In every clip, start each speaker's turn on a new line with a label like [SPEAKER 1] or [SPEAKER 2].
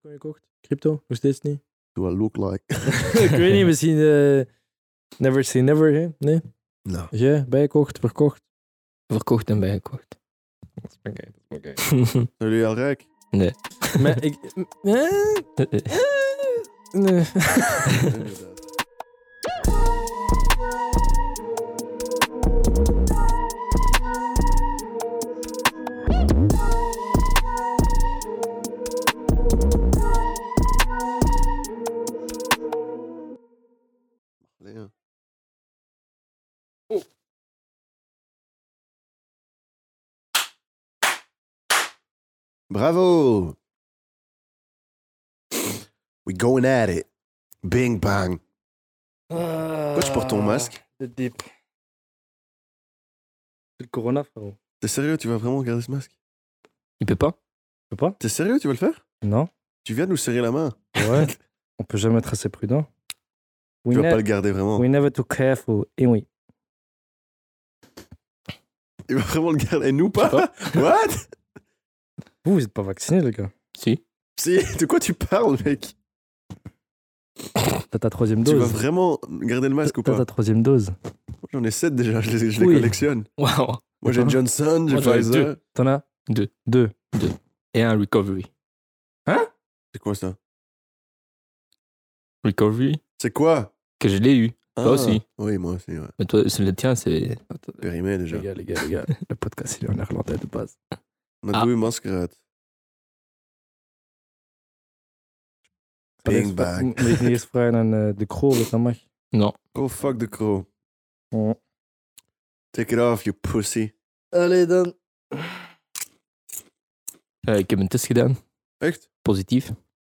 [SPEAKER 1] bitcoin gekocht? Crypto? Nog steeds niet?
[SPEAKER 2] Do I look like?
[SPEAKER 1] Ik weet niet, misschien never say never, hè? Nee?
[SPEAKER 2] Nou.
[SPEAKER 1] Jij, bijgekocht, verkocht?
[SPEAKER 3] Verkocht en bijgekocht.
[SPEAKER 1] Dat is mijn kijk.
[SPEAKER 2] Zijn jullie al rijk?
[SPEAKER 3] Nee.
[SPEAKER 1] Maar ik... nee.
[SPEAKER 2] Inderdaad. Ja. Bravo! We going at it. Bing bang. Pourquoi tu portes ton masque?
[SPEAKER 1] De dip. C'est le corona, frérot.
[SPEAKER 2] T'es sérieux? Tu vas vraiment garder ce masque?
[SPEAKER 3] Il peut pas?
[SPEAKER 1] Tu peux pas?
[SPEAKER 2] T'es sérieux? Tu vas le faire?
[SPEAKER 1] Non.
[SPEAKER 2] Tu viens de nous serrer la main.
[SPEAKER 1] Ouais. On peut jamais être assez prudent.
[SPEAKER 2] Tu vas pas le garder vraiment.
[SPEAKER 1] We never too careful. Et oui.
[SPEAKER 2] Il va vraiment le garder. Et nous pas? What?
[SPEAKER 1] Vous êtes pas vaccinés, les gars.
[SPEAKER 3] Si.
[SPEAKER 2] Si, de quoi tu parles, mec?
[SPEAKER 1] T'as ta troisième
[SPEAKER 2] Tu vas
[SPEAKER 1] dose.
[SPEAKER 2] vraiment garder le masque ou
[SPEAKER 1] T'as
[SPEAKER 2] pas?
[SPEAKER 1] ta troisième dose.
[SPEAKER 2] J'en ai 7 déjà, je les
[SPEAKER 1] Oui.
[SPEAKER 2] collectionne.
[SPEAKER 3] Waouh.
[SPEAKER 2] Moi j'ai
[SPEAKER 1] Attends.
[SPEAKER 2] Johnson, j'ai
[SPEAKER 3] Moi, j'en ai
[SPEAKER 2] Pfizer.
[SPEAKER 1] T'en as? Deux.
[SPEAKER 3] Et un recovery.
[SPEAKER 2] C'est quoi ça?
[SPEAKER 3] Recovery?
[SPEAKER 2] C'est quoi?
[SPEAKER 3] Que je l'ai eu. Toi aussi.
[SPEAKER 2] Oui, moi aussi, ouais.
[SPEAKER 3] Mais toi, le tien, c'est.
[SPEAKER 2] Périmé déjà.
[SPEAKER 1] Les gars. Le podcast, il est en néerlandais de base.
[SPEAKER 2] On a
[SPEAKER 3] Ah.
[SPEAKER 2] doe je masker uit. Bing bang.
[SPEAKER 1] Moet ik niet eerst vragen aan de Krol, dat mag.
[SPEAKER 3] Non.
[SPEAKER 2] Oh fuck de crow.
[SPEAKER 1] Oh.
[SPEAKER 2] Take it off, you pussy.
[SPEAKER 1] Allee dan.
[SPEAKER 3] Ik heb een test gedaan.
[SPEAKER 2] Echt?
[SPEAKER 3] Positief.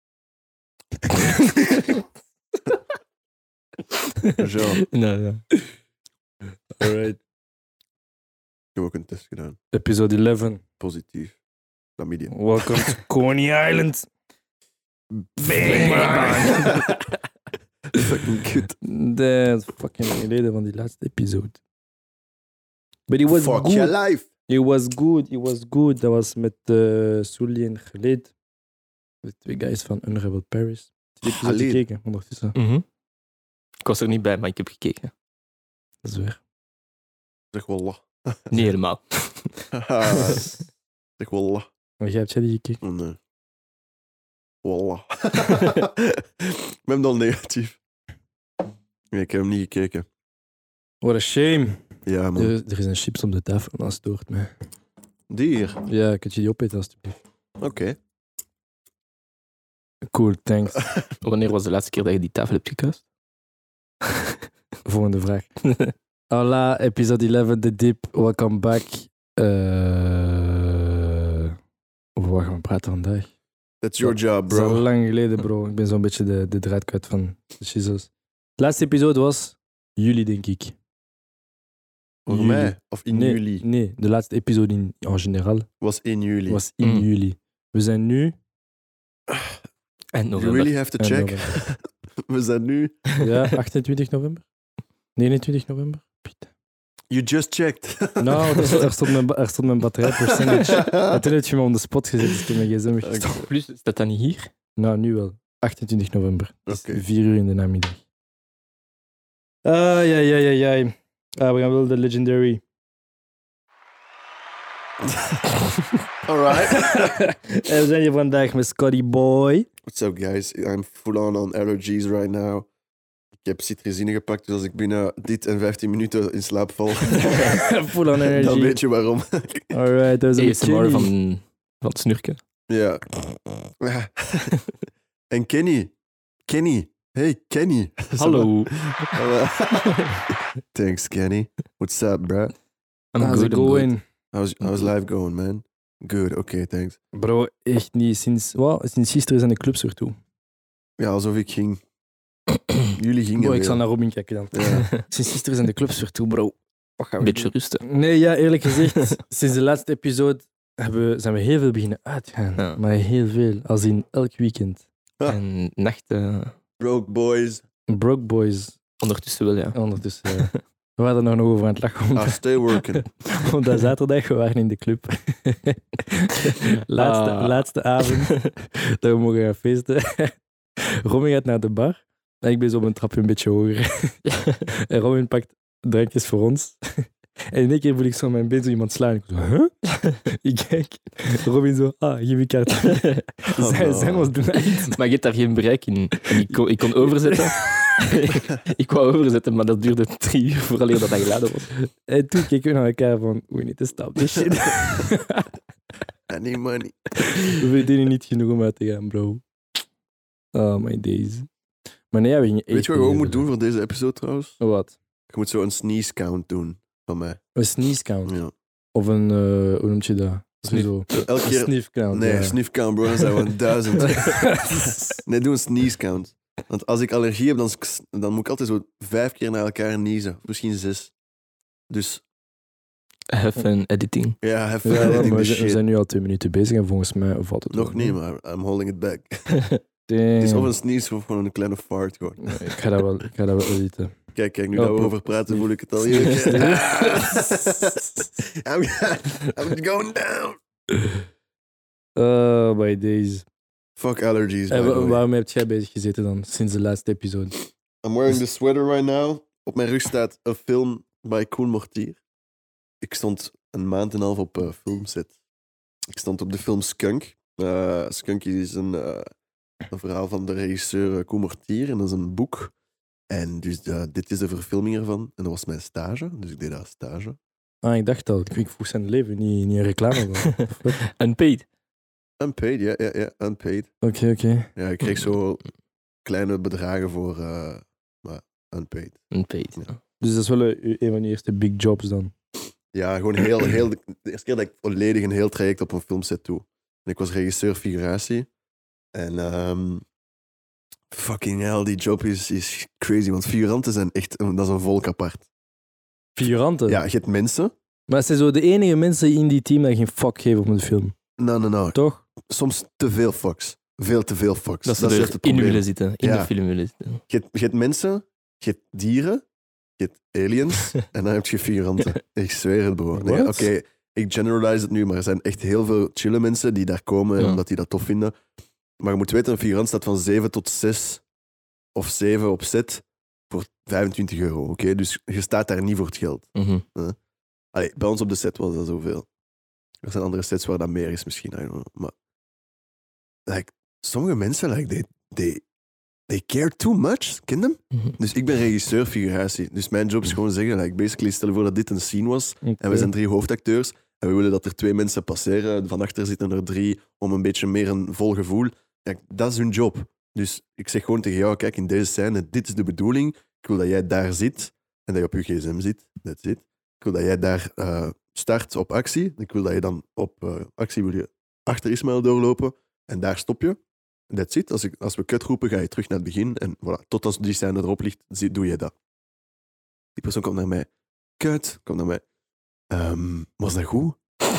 [SPEAKER 2] Zo.
[SPEAKER 3] Nee.
[SPEAKER 1] Alright.
[SPEAKER 2] Ik heb ook een test gedaan.
[SPEAKER 1] Episode 11.
[SPEAKER 2] Positief. Chlamydia.
[SPEAKER 1] Welcome to Coney Island. Bing bang.
[SPEAKER 2] Fucking kut.
[SPEAKER 1] Dat is fucking lang geleden van die laatste episode. But it was
[SPEAKER 2] Fuck
[SPEAKER 1] good.
[SPEAKER 2] your life.
[SPEAKER 1] It was good. Dat was met Sully en Khalid. De twee guys van Unravel Paris. Die heb je
[SPEAKER 2] Khalid.
[SPEAKER 1] gekeken ondertussen.
[SPEAKER 3] Ik was er niet bij, maar ik heb gekeken.
[SPEAKER 1] Dat is waar.
[SPEAKER 2] Zeg wallah.
[SPEAKER 3] Niet helemaal.
[SPEAKER 2] Zeg wallah.
[SPEAKER 1] Maar jij hebt die gekeken?
[SPEAKER 2] Oh, nee. Wallah. Même dans le negatief. Nee, ik heb hem niet gekeken.
[SPEAKER 1] What a shame.
[SPEAKER 2] Ja, man.
[SPEAKER 1] Er is een chips op de tafel en dat stoort mij.
[SPEAKER 2] Dier.
[SPEAKER 1] Ja, kun je die opeten alsjeblieft?
[SPEAKER 2] Oké.
[SPEAKER 1] Cool, thanks.
[SPEAKER 3] Wanneer was de laatste keer dat je die tafel hebt gekust?
[SPEAKER 1] Volgende vraag. Hola, episode 11, The Dip. Welcome back. Over wat gaan we praten vandaag?
[SPEAKER 2] That's your job,
[SPEAKER 1] Dat is al
[SPEAKER 2] bro.
[SPEAKER 1] lang geleden, bro. Ik ben zo'n beetje de draad kwijt van de shizzles. De laatste episode was juli, denk ik.
[SPEAKER 2] Voor
[SPEAKER 1] Juli.
[SPEAKER 2] mij? Of in
[SPEAKER 1] Nee,
[SPEAKER 2] juli?
[SPEAKER 1] Nee, de laatste episode in generaal
[SPEAKER 2] Was in juli.
[SPEAKER 1] was in juli. We zijn nu...
[SPEAKER 3] En
[SPEAKER 2] You
[SPEAKER 3] november.
[SPEAKER 2] really have to check.
[SPEAKER 1] november.
[SPEAKER 2] We zijn nu...
[SPEAKER 1] Ja, 28 november? 29 november? Putain.
[SPEAKER 2] You just checked.
[SPEAKER 1] Nou, er stond mijn batterijpercentage. En toen heb je me on the spot gezet, dus ik heb mijn gsm weggestopt.
[SPEAKER 3] Plus, staat dat niet hier?
[SPEAKER 1] Nou, nu wel. 28 november. Dus
[SPEAKER 2] Oké.
[SPEAKER 1] 4 uur in de namiddag. Ja. We gaan wel de legendary.
[SPEAKER 2] Alright.
[SPEAKER 1] En we zijn hier vandaag met Scotty Boy.
[SPEAKER 2] What's up, guys? I'm full on allergies right now. Ik heb citrizine gepakt, dus als ik binnen dit en 15 minuten in slaap val,
[SPEAKER 1] Full on energy.
[SPEAKER 2] dan weet je waarom.
[SPEAKER 1] Alright, dat is een
[SPEAKER 3] ASMR
[SPEAKER 1] Kenny.
[SPEAKER 3] van het snurken.
[SPEAKER 2] Ja. En Kenny. Kenny. Hey, Kenny.
[SPEAKER 3] Hallo.
[SPEAKER 2] Thanks, Kenny. What's up, bro?
[SPEAKER 3] I'm
[SPEAKER 1] How's
[SPEAKER 3] good,
[SPEAKER 1] it
[SPEAKER 3] I'm good.
[SPEAKER 1] going?
[SPEAKER 2] How's life going, man? Good, okay, thanks.
[SPEAKER 1] Bro, echt niet. Sinds gisteren zijn de clubs weer toe.
[SPEAKER 2] Ja, alsof ik ging. Jullie gingen
[SPEAKER 1] Bro, ik
[SPEAKER 2] weer.
[SPEAKER 1] zal naar Robin kijken dan.
[SPEAKER 2] Ja.
[SPEAKER 1] Sinds gisteren zijn de clubs weer toe, bro. Wat gaan
[SPEAKER 3] Een
[SPEAKER 1] we
[SPEAKER 3] beetje rusten.
[SPEAKER 1] doen? Nee, ja, eerlijk gezegd, sinds de laatste episode zijn we heel veel beginnen uitgaan.
[SPEAKER 3] Ja.
[SPEAKER 1] Maar heel veel. Als in elk weekend.
[SPEAKER 2] Ah.
[SPEAKER 3] En nachten
[SPEAKER 2] Broke boys.
[SPEAKER 1] Broke Boys
[SPEAKER 3] ondertussen wel, ja.
[SPEAKER 1] ondertussen. Ja. We waren er nog over aan het lachen.
[SPEAKER 2] Ah, stay working.
[SPEAKER 1] Omdat zaterdag, we waren in de club. Laatste avond dat we mogen gaan feesten. Robin gaat naar de bar. En ik ben zo op een trapje een beetje hoger. En Robin pakt drankjes voor ons. En in één keer voel ik zo mijn been zo iemand slaan. Ik zo, huh? Ik kijk. Robin zo, geef je kaart. Zijn ons doen echt.
[SPEAKER 3] Maar je hebt daar geen bereik in. En ik kon overzetten. Ik wou overzetten, maar dat duurde 3 uur vooraleer dat geladen was.
[SPEAKER 1] En toen keken we naar elkaar van, we need to stop this shit.
[SPEAKER 2] I need money.
[SPEAKER 1] We verdienen niet genoeg om uit te gaan, bro. Oh my days. Maar nee, we gingen
[SPEAKER 2] Weet je wat je ook moet doen voor deze episode trouwens?
[SPEAKER 1] Wat?
[SPEAKER 2] Je moet zo een sneeze count doen van mij.
[SPEAKER 1] Een sneeze count.
[SPEAKER 2] Ja.
[SPEAKER 1] Of een, hoe noem je dat? Zo.
[SPEAKER 2] Elke
[SPEAKER 1] Een
[SPEAKER 2] keer...
[SPEAKER 1] sniff count.
[SPEAKER 2] Nee,
[SPEAKER 1] ja.
[SPEAKER 2] sniff count bro, dan zijn we 1000. Nee, doe een sneeze count. Want als ik allergie heb, dan moet ik altijd zo 5 keer naar elkaar niezen. Misschien 6. Dus
[SPEAKER 3] Have fun editing.
[SPEAKER 2] ja, have
[SPEAKER 1] Ja,
[SPEAKER 2] fun
[SPEAKER 1] maar
[SPEAKER 2] editing
[SPEAKER 1] we
[SPEAKER 2] the
[SPEAKER 1] zijn
[SPEAKER 2] shit.
[SPEAKER 1] nu al 2 minuten bezig en volgens mij valt het
[SPEAKER 2] Nog
[SPEAKER 1] wel.
[SPEAKER 2] niet, maar I'm holding it back.
[SPEAKER 1] Damn.
[SPEAKER 2] Het is of een sneeze of gewoon een kleine fart. Gewoon.
[SPEAKER 1] Nee, ik ga dat wel editen.
[SPEAKER 2] Kijk, nu
[SPEAKER 1] Oh,
[SPEAKER 2] dat we
[SPEAKER 1] bro.
[SPEAKER 2] over praten, voel ik het al
[SPEAKER 1] Sneeze,
[SPEAKER 2] hier.
[SPEAKER 1] sneeze.
[SPEAKER 2] I'm going down.
[SPEAKER 1] Oh, by days.
[SPEAKER 2] Fuck allergies.
[SPEAKER 1] En
[SPEAKER 2] by the way.
[SPEAKER 1] waarom heb jij bezig gezeten dan, sinds de laatste episode?
[SPEAKER 2] I'm wearing the sweater right now. Op mijn rug staat een film bij Koen Mortier. Ik stond een maand en een half op filmset. Ik stond op de film Skunk. Skunk is een verhaal van de regisseur Koen Mortier. En dat is een boek. En dus dit is de verfilming ervan. En dat was mijn stage. Dus ik deed daar stage.
[SPEAKER 1] Ik dacht al, ik vroeg zijn leven, niet een reclame.
[SPEAKER 3] Unpaid.
[SPEAKER 2] Unpaid, ja, unpaid.
[SPEAKER 1] Oké.
[SPEAKER 2] Ja, ik kreeg zo kleine bedragen voor maar unpaid.
[SPEAKER 3] Unpaid.
[SPEAKER 2] Ja.
[SPEAKER 1] Dus dat is wel een van je eerste big jobs dan.
[SPEAKER 2] Ja, gewoon heel de eerste keer dat ik volledig een heel traject op een filmset doe. En ik was regisseur figuratie. En fucking hell, die job is crazy. Want figuranten zijn echt, dat is een volk apart.
[SPEAKER 1] Figuranten?
[SPEAKER 2] Ja, je hebt mensen.
[SPEAKER 1] Maar het zijn zo de enige mensen in die team die geen fuck geven op een film.
[SPEAKER 2] Nou.
[SPEAKER 1] Toch?
[SPEAKER 2] Soms te veel fucks. Veel te veel fucks.
[SPEAKER 3] Dat ze
[SPEAKER 2] is echt het
[SPEAKER 3] erin
[SPEAKER 2] probleem.
[SPEAKER 3] willen zitten. In
[SPEAKER 2] Ja.
[SPEAKER 3] de film willen zitten.
[SPEAKER 2] Je hebt mensen, je hebt dieren, je hebt aliens en dan heb je figuranten. Ik zweer het, bro. Nee,
[SPEAKER 1] What?
[SPEAKER 2] Oké, ik generalize het nu, maar er zijn echt heel veel chille mensen die daar komen
[SPEAKER 3] Ja.
[SPEAKER 2] omdat die dat tof vinden. Maar je moet weten, een figurant staat van 7 tot 6 of 7 op set voor €25. Oké? Dus je staat daar niet voor het geld.
[SPEAKER 3] Mhm.
[SPEAKER 2] Allee, bij ons op de set was dat zoveel. Er zijn andere sets waar dat meer is misschien. I don't know. Maar like, sommige mensen, like, they care too much. Ken je hem?
[SPEAKER 3] Mhm.
[SPEAKER 2] Dus ik ben regisseur figuratie. Dus mijn job is gewoon zeggen, like, basically, stel je voor dat dit een scene was en we zijn 3 hoofdacteurs en we willen dat er 2 mensen passeren. Van achter zitten er 3 om een beetje meer een vol gevoel. Like, dat is hun job. Dus ik zeg gewoon tegen jou, kijk, in deze scène, dit is de bedoeling. Ik wil dat jij daar zit en dat je op je gsm zit. That's it. Ik wil dat jij daar start op actie. Ik wil dat je dan op actie wil je achter Ismaël doorlopen en daar stop je. That's it. Als we cut roepen, ga je terug naar het begin. En voilà, tot als die scène erop ligt, doe je dat. Die persoon komt naar mij. Cut, komt naar mij. Was dat goed?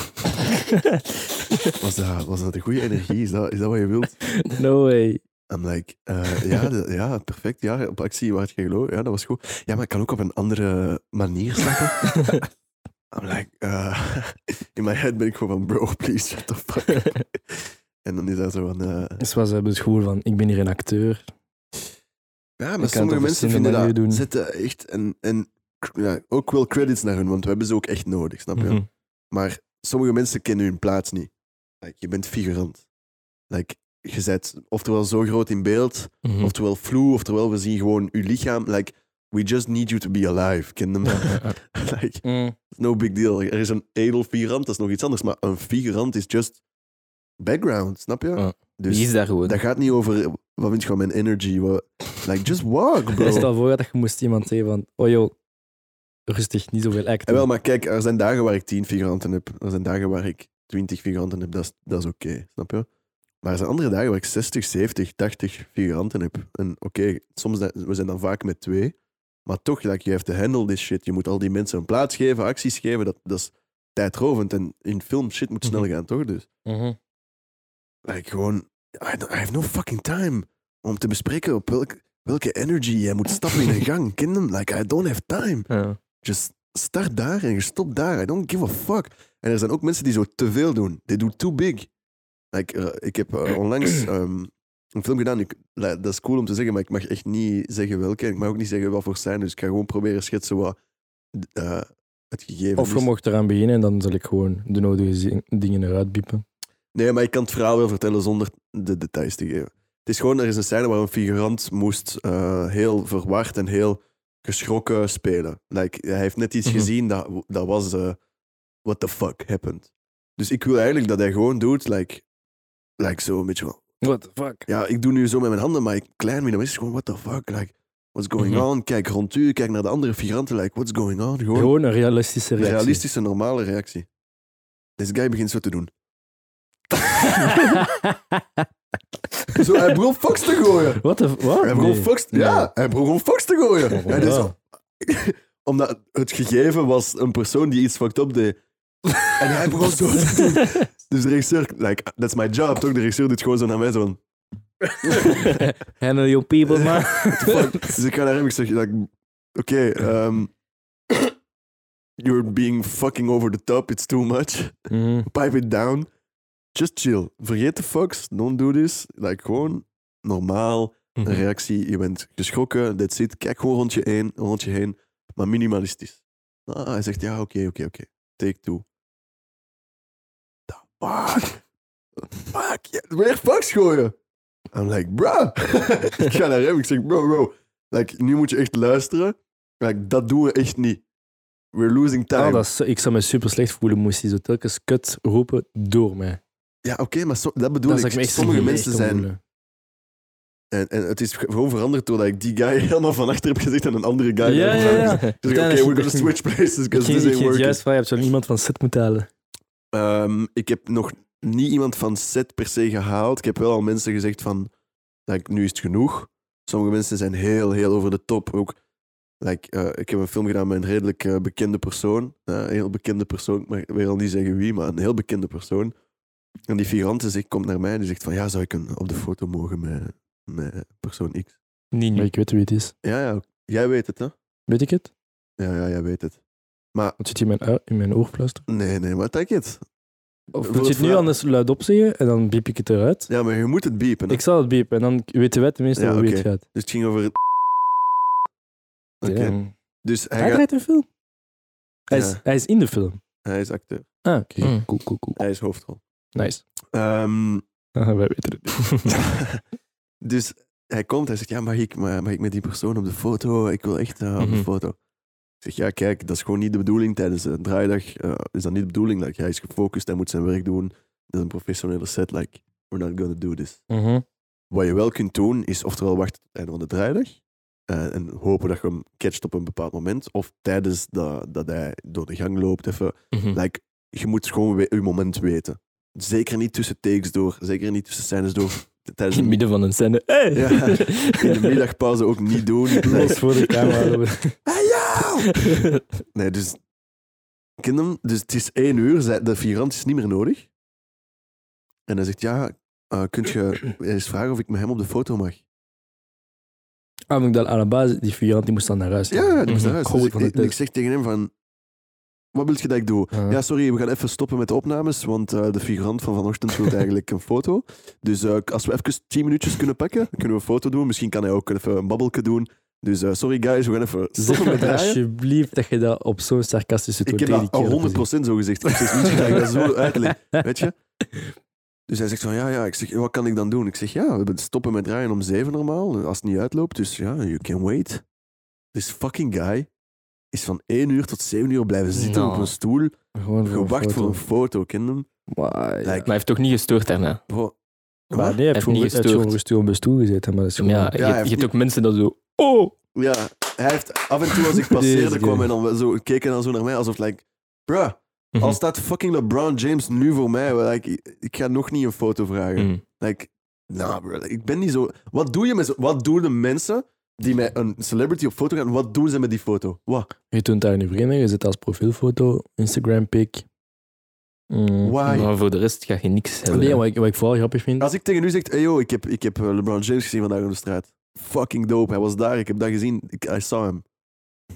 [SPEAKER 2] Was dat een goede energie? Is dat wat je wilt?
[SPEAKER 1] No way.
[SPEAKER 2] I'm like, ja, perfect. Ja, op actie waar je geloof. Ja, dat was goed. Ja, maar ik kan ook op een andere manier snappen. I'm like, in my head ben ik gewoon van, bro, please, shut the fuck up. En dan is dat zo van...
[SPEAKER 1] Dus was hebben het gevoel van, ik ben hier een acteur.
[SPEAKER 2] Ja,
[SPEAKER 1] Ik
[SPEAKER 2] maar
[SPEAKER 1] kan
[SPEAKER 2] sommige
[SPEAKER 1] het op
[SPEAKER 2] mensen
[SPEAKER 1] verschillende
[SPEAKER 2] vinden dat
[SPEAKER 1] manieren doen.
[SPEAKER 2] zitten echt... En ja, ook wel credits naar hun, want we hebben ze ook echt nodig, snap je?
[SPEAKER 3] Mhm.
[SPEAKER 2] Maar sommige mensen kennen hun plaats niet. Like, je bent figurant. Like, je bent oftewel zo groot in beeld,
[SPEAKER 3] Mhm.
[SPEAKER 2] oftewel vloe, oftewel we zien gewoon je lichaam. Like, we just need you to be alive. Ken je hem? Like, no big deal. Er is een edelfigurant, dat is nog iets anders, maar een figurant is just background, snap je?
[SPEAKER 3] Ja.
[SPEAKER 2] Dus
[SPEAKER 3] Die is daar gewoon.
[SPEAKER 2] dat gaat niet over, wat vind je van mijn energy? Like, just walk, bro.
[SPEAKER 1] Stel voor dat je moest iemand zeggen van, oh joh, rustig, niet zoveel acten.
[SPEAKER 2] En wel, maar kijk, er zijn dagen waar ik 10 figuranten heb. Er zijn dagen waar ik 20 figuranten heb. Dat is oké, snap je? Maar er zijn andere dagen waar ik 60, 70, 80 figuranten heb. En oké, soms we zijn dan vaak met 2. Maar toch, like, you have to handle this shit. Je moet al die mensen een plaats geven, acties geven. Dat is tijdrovend. En in film, shit moet snel gaan, toch? Dus
[SPEAKER 1] Mhm.
[SPEAKER 2] like, gewoon, I have no fucking time om te bespreken op welke energy jij moet stappen in een gang. Ken je hem? Like, I don't have time.
[SPEAKER 3] Ja.
[SPEAKER 2] just start daar en je stopt daar. I don't give a fuck. En er zijn ook mensen die zo te veel doen. They do too big. Like, ik heb onlangs een film gedaan. Dat is cool om te zeggen, maar ik mag echt niet zeggen welke. Ik mag ook niet zeggen wat voor zijn. Dus ik ga gewoon proberen schetsen wat het gegeven
[SPEAKER 1] Of je
[SPEAKER 2] is.
[SPEAKER 1] mocht eraan beginnen en dan zal ik gewoon de nodige dingen eruit biepen.
[SPEAKER 2] Nee, maar ik kan het verhaal wel vertellen zonder de details te geven. Het is gewoon, er is een scène waar een figurant moest heel verward en heel geschrokken spelen. Like, hij heeft net iets gezien dat was what the fuck happened. Dus ik wil eigenlijk dat hij gewoon doet, like zo een beetje van,
[SPEAKER 1] What the fuck?
[SPEAKER 2] ja, ik doe nu zo met mijn handen, maar klein maar is gewoon what the fuck, like, what's going on? Kijk rond u, kijk naar de andere figuranten, like, what's going on?
[SPEAKER 1] Gewoon een realistische
[SPEAKER 2] een
[SPEAKER 1] reactie.
[SPEAKER 2] realistische, normale reactie. Deze guy begint zo te doen. Zo, hij begon fucks te gooien.
[SPEAKER 1] What the what?
[SPEAKER 2] Hij begon
[SPEAKER 1] Nee.
[SPEAKER 2] fucks, ja, hij begon fucks te gooien.
[SPEAKER 1] Oh,
[SPEAKER 2] En dus,
[SPEAKER 1] wow.
[SPEAKER 2] omdat het gegeven was een persoon die iets fucked up deed. En hij begon zo te doen. Dus de regisseur, like, that's my job, toch? De regisseur doet gewoon zo naar mij zo van,
[SPEAKER 1] Handle your people, man.
[SPEAKER 2] fuck. Dus ik ga naar hem, ik zeg, like, oké, you're being fucking over the top, it's too much. Pipe it down. Just chill. Vergeet de fucks, don't do this. Like, gewoon normaal, een reactie. Je bent geschrokken, that's it. Kijk gewoon rondje heen, maar minimalistisch. Hij zegt, ja, oké. Take two. Fuck. Weer fucks gooien. I'm like, bro. Ik ga naar hem, ik zeg, bro. Like, nu moet je echt luisteren. Like, dat doen we echt niet. We're losing time.
[SPEAKER 1] Ik zou me super slecht voelen, moest hij zo telkens kut roepen door mij.
[SPEAKER 2] Ja, oké, maar dat bedoel
[SPEAKER 1] Dat zou
[SPEAKER 2] ik.
[SPEAKER 1] me echt
[SPEAKER 2] Sommige
[SPEAKER 1] echt
[SPEAKER 2] mensen zijn...
[SPEAKER 1] onvoelen.
[SPEAKER 2] En het is gewoon veranderd doordat ik die guy helemaal van achter heb gezegd en een andere guy.
[SPEAKER 1] Ja.
[SPEAKER 2] Dus ik oké, we're gonna switch places because this ain't
[SPEAKER 1] Ik
[SPEAKER 2] working.
[SPEAKER 1] juist van, je hebt zo'n iemand van set moeten halen.
[SPEAKER 2] Ik heb nog niet iemand van set per se gehaald. Ik heb wel al mensen gezegd van, like, nu is het genoeg. Sommige mensen zijn heel, heel over de top. Ook, like, ik heb een film gedaan met een redelijk bekende persoon. Een heel bekende persoon, ik mag weer al niet zeggen wie, maar een heel bekende persoon. En die figurante komt naar mij en die zegt van, ja, zou ik op de foto mogen met persoon X?
[SPEAKER 3] Niet
[SPEAKER 1] Maar
[SPEAKER 3] nu.
[SPEAKER 1] ik weet wie het is.
[SPEAKER 2] Ja, jij weet het, hè?
[SPEAKER 1] Weet ik het?
[SPEAKER 2] Ja, jij weet het. Maar,
[SPEAKER 1] Wat zit je in mijn oorfluister?
[SPEAKER 2] nee, maar take it.
[SPEAKER 1] Of
[SPEAKER 2] Voor
[SPEAKER 1] moet je
[SPEAKER 2] het
[SPEAKER 1] het nu
[SPEAKER 2] verhaal-
[SPEAKER 1] anders luidop zeggen en dan biep ik het eruit?
[SPEAKER 2] Ja, maar je moet het biepen, hè?
[SPEAKER 1] Ik zal het biepen en dan weten wij tenminste
[SPEAKER 2] Ja,
[SPEAKER 1] over wie
[SPEAKER 2] oké.
[SPEAKER 1] het gaat.
[SPEAKER 2] Dus het ging over het... Oké.
[SPEAKER 1] Ja.
[SPEAKER 2] Dus
[SPEAKER 1] Hij
[SPEAKER 2] hij
[SPEAKER 1] draait een film.
[SPEAKER 2] Ja.
[SPEAKER 1] Hij is in de film.
[SPEAKER 2] is acteur.
[SPEAKER 1] Ah, oké.
[SPEAKER 3] Mm.
[SPEAKER 1] Cool.
[SPEAKER 2] Hij is hoofdrol.
[SPEAKER 1] Nice.
[SPEAKER 2] Wij
[SPEAKER 1] weten het niet.
[SPEAKER 2] Dus hij komt, hij zegt, ja, mag ik met die persoon op de foto? Ik wil echt op de foto. Ik zeg, ja, kijk, dat is gewoon niet de bedoeling. Tijdens een draaidag is dat niet de bedoeling. Like, hij is gefocust, hij moet zijn werk doen. Dat is een professionele set. Like, we're not gonna do this. Wat je wel kunt doen, is oftewel wachten tot het einde van de draaidag. En hopen dat je hem catcht op een bepaald moment. Of tijdens dat hij door de gang loopt. Even. Like, je moet gewoon je moment weten. Zeker niet tussen takes door. Zeker niet tussen scènes door.
[SPEAKER 3] In het midden van een scène. Hey!
[SPEAKER 2] Ja, in de middagpauze ook niet doen.
[SPEAKER 1] Los voor de camera.
[SPEAKER 2] Hey, jou! Nee, dus... Ken hem? Dus het is 1 uur. De figurant is niet meer nodig. En hij zegt, ja, kunt je eens vragen of ik met hem op de foto mag?
[SPEAKER 1] Aan de basis, die figurant die moest dan naar huis.
[SPEAKER 2] Ja, die moest naar huis.
[SPEAKER 1] Goed
[SPEAKER 2] Dus
[SPEAKER 1] van de
[SPEAKER 2] ik
[SPEAKER 1] test.
[SPEAKER 2] zeg tegen hem van... Wat wil je dat ik doe?
[SPEAKER 1] Ah.
[SPEAKER 2] Ja, sorry, we gaan even stoppen met de opnames, want de figurant van vanochtend wil eigenlijk een foto. Dus als we even 10 minuutjes kunnen pakken, dan kunnen we een foto doen. Misschien kan hij ook even een babbelke doen. Dus sorry guys, we gaan even
[SPEAKER 1] Zeg
[SPEAKER 2] stoppen met
[SPEAKER 1] me
[SPEAKER 2] draaien.
[SPEAKER 1] alsjeblieft dat je dat op zo'n sarcastische toon
[SPEAKER 2] Ik heb
[SPEAKER 1] tegen
[SPEAKER 2] dat
[SPEAKER 1] die
[SPEAKER 2] al
[SPEAKER 1] kerel
[SPEAKER 2] 100% zo gezegd. Ik zeg, niet dat ik dat zo uitleg. Weet je? Dus hij zegt van, ja. Ik zeg, wat kan ik dan doen? Ik zeg, ja, we stoppen met draaien om 7 normaal. Als het niet uitloopt, dus ja, you can wait. This fucking guy is van 1 uur tot 7 uur blijven zitten
[SPEAKER 3] Nou.
[SPEAKER 2] op een stoel.
[SPEAKER 1] Gewoon
[SPEAKER 2] Gewacht voor een foto, ken je hem?
[SPEAKER 1] Maar
[SPEAKER 2] Like,
[SPEAKER 3] Maar hij heeft toch niet gestoord daarna?
[SPEAKER 2] Bro,
[SPEAKER 1] nee,
[SPEAKER 2] wat?
[SPEAKER 1] hij heeft
[SPEAKER 3] niet
[SPEAKER 1] gewoon
[SPEAKER 3] gestoord.
[SPEAKER 1] rustig op een stoel gezeten. Maar dat is gewoon...
[SPEAKER 3] Ja,
[SPEAKER 2] hij
[SPEAKER 3] je
[SPEAKER 2] heeft
[SPEAKER 3] hebt
[SPEAKER 2] niet-
[SPEAKER 3] ook mensen dat zo... Oh!
[SPEAKER 2] Ja, hij heeft af en toe als ik passeerde
[SPEAKER 1] Deze
[SPEAKER 2] kwam
[SPEAKER 1] guy.
[SPEAKER 2] en dan zo, keek hij dan zo naar mij alsof, like, bruh,
[SPEAKER 3] Mhm.
[SPEAKER 2] al staat fucking LeBron James nu voor mij, like, ik ga nog niet een foto vragen.
[SPEAKER 3] Mm.
[SPEAKER 2] Like, nah bro, ik ben niet zo... Wat doen de mensen die met een celebrity op foto gaan, wat doen ze met die foto? Wat?
[SPEAKER 1] Je doet daar niet vreemd, je zet als profielfoto, Instagram-pic.
[SPEAKER 2] Why?
[SPEAKER 3] Maar voor de rest ga je niks hebben.
[SPEAKER 1] Nee, wat ik vooral grappig vind...
[SPEAKER 2] Als ik tegen u zeg, hey yo, ik heb LeBron James gezien vandaag op de straat. Fucking dope, hij was daar, ik heb dat gezien, I saw him.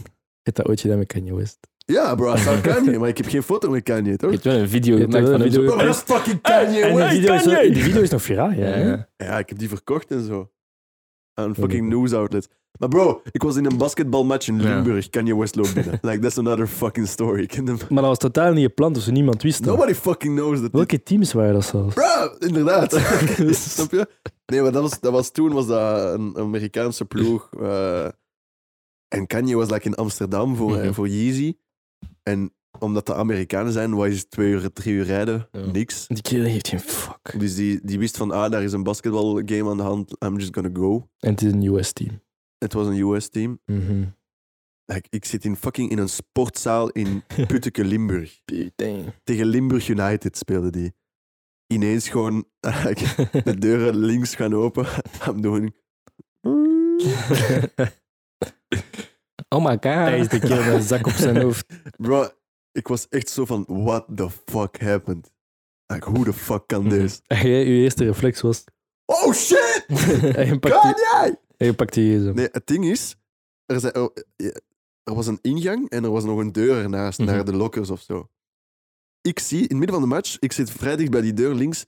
[SPEAKER 1] heb dat ooit gedaan met Kanye West.
[SPEAKER 2] Ja, bro, dat zou Kanye, maar ik heb geen foto met Kanye, toch?
[SPEAKER 3] Je hebt wel een video
[SPEAKER 1] Je hebt
[SPEAKER 3] gemaakt
[SPEAKER 1] wel
[SPEAKER 3] van
[SPEAKER 1] een
[SPEAKER 3] hem.
[SPEAKER 1] video-
[SPEAKER 3] Zo-
[SPEAKER 2] Bro, maar dat is fucking Kanye
[SPEAKER 1] En
[SPEAKER 2] West.
[SPEAKER 1] die video is nog viraal, ja. hè?
[SPEAKER 3] Ja.
[SPEAKER 2] Ja, ik heb die verkocht en zo. Aan fucking news outlets. Maar bro, ik was in een basketbalmatch in
[SPEAKER 3] Ja.
[SPEAKER 2] Limburg. Kanye West loopt binnen. Like, that's another fucking story. Ken hem?
[SPEAKER 1] Maar dat was totaal niet gepland, dus niemand wist dat.
[SPEAKER 2] Nobody fucking knows that.
[SPEAKER 1] Welke teams waren dat zelfs?
[SPEAKER 2] Bro, inderdaad. Snap je? Nee, maar toen was dat een Amerikaanse ploeg. En Kanye was like in Amsterdam voor Yeezy. En omdat de Amerikanen zijn, wat is het 2 uur, 3 uur rijden?
[SPEAKER 3] Ja.
[SPEAKER 2] Niks.
[SPEAKER 1] Die kerel heeft geen fuck.
[SPEAKER 2] Dus die wist van, daar is een basketbalgame aan de hand. I'm just gonna go.
[SPEAKER 1] En het is een US-team.
[SPEAKER 2] Het was een US-team. Like, ik zit in een sportzaal in Putteke, Limburg. Tegen Limburg United speelden die. Ineens gewoon de deuren links gaan open. I'm doing...
[SPEAKER 3] Oh my god.
[SPEAKER 1] Hij is de kerel met een zak op zijn hoofd.
[SPEAKER 2] Bro, ik was echt zo van, what the fuck happened? Like, who the fuck kan this?
[SPEAKER 1] En jij, je eerste reflex was...
[SPEAKER 2] Oh shit!
[SPEAKER 1] En je pakt die gsm.
[SPEAKER 2] Nee, het ding is, er was een ingang en er was nog een deur ernaast naar de lockers of zo. Ik zie, in het midden van de match, ik zit vrij dicht bij die deur links,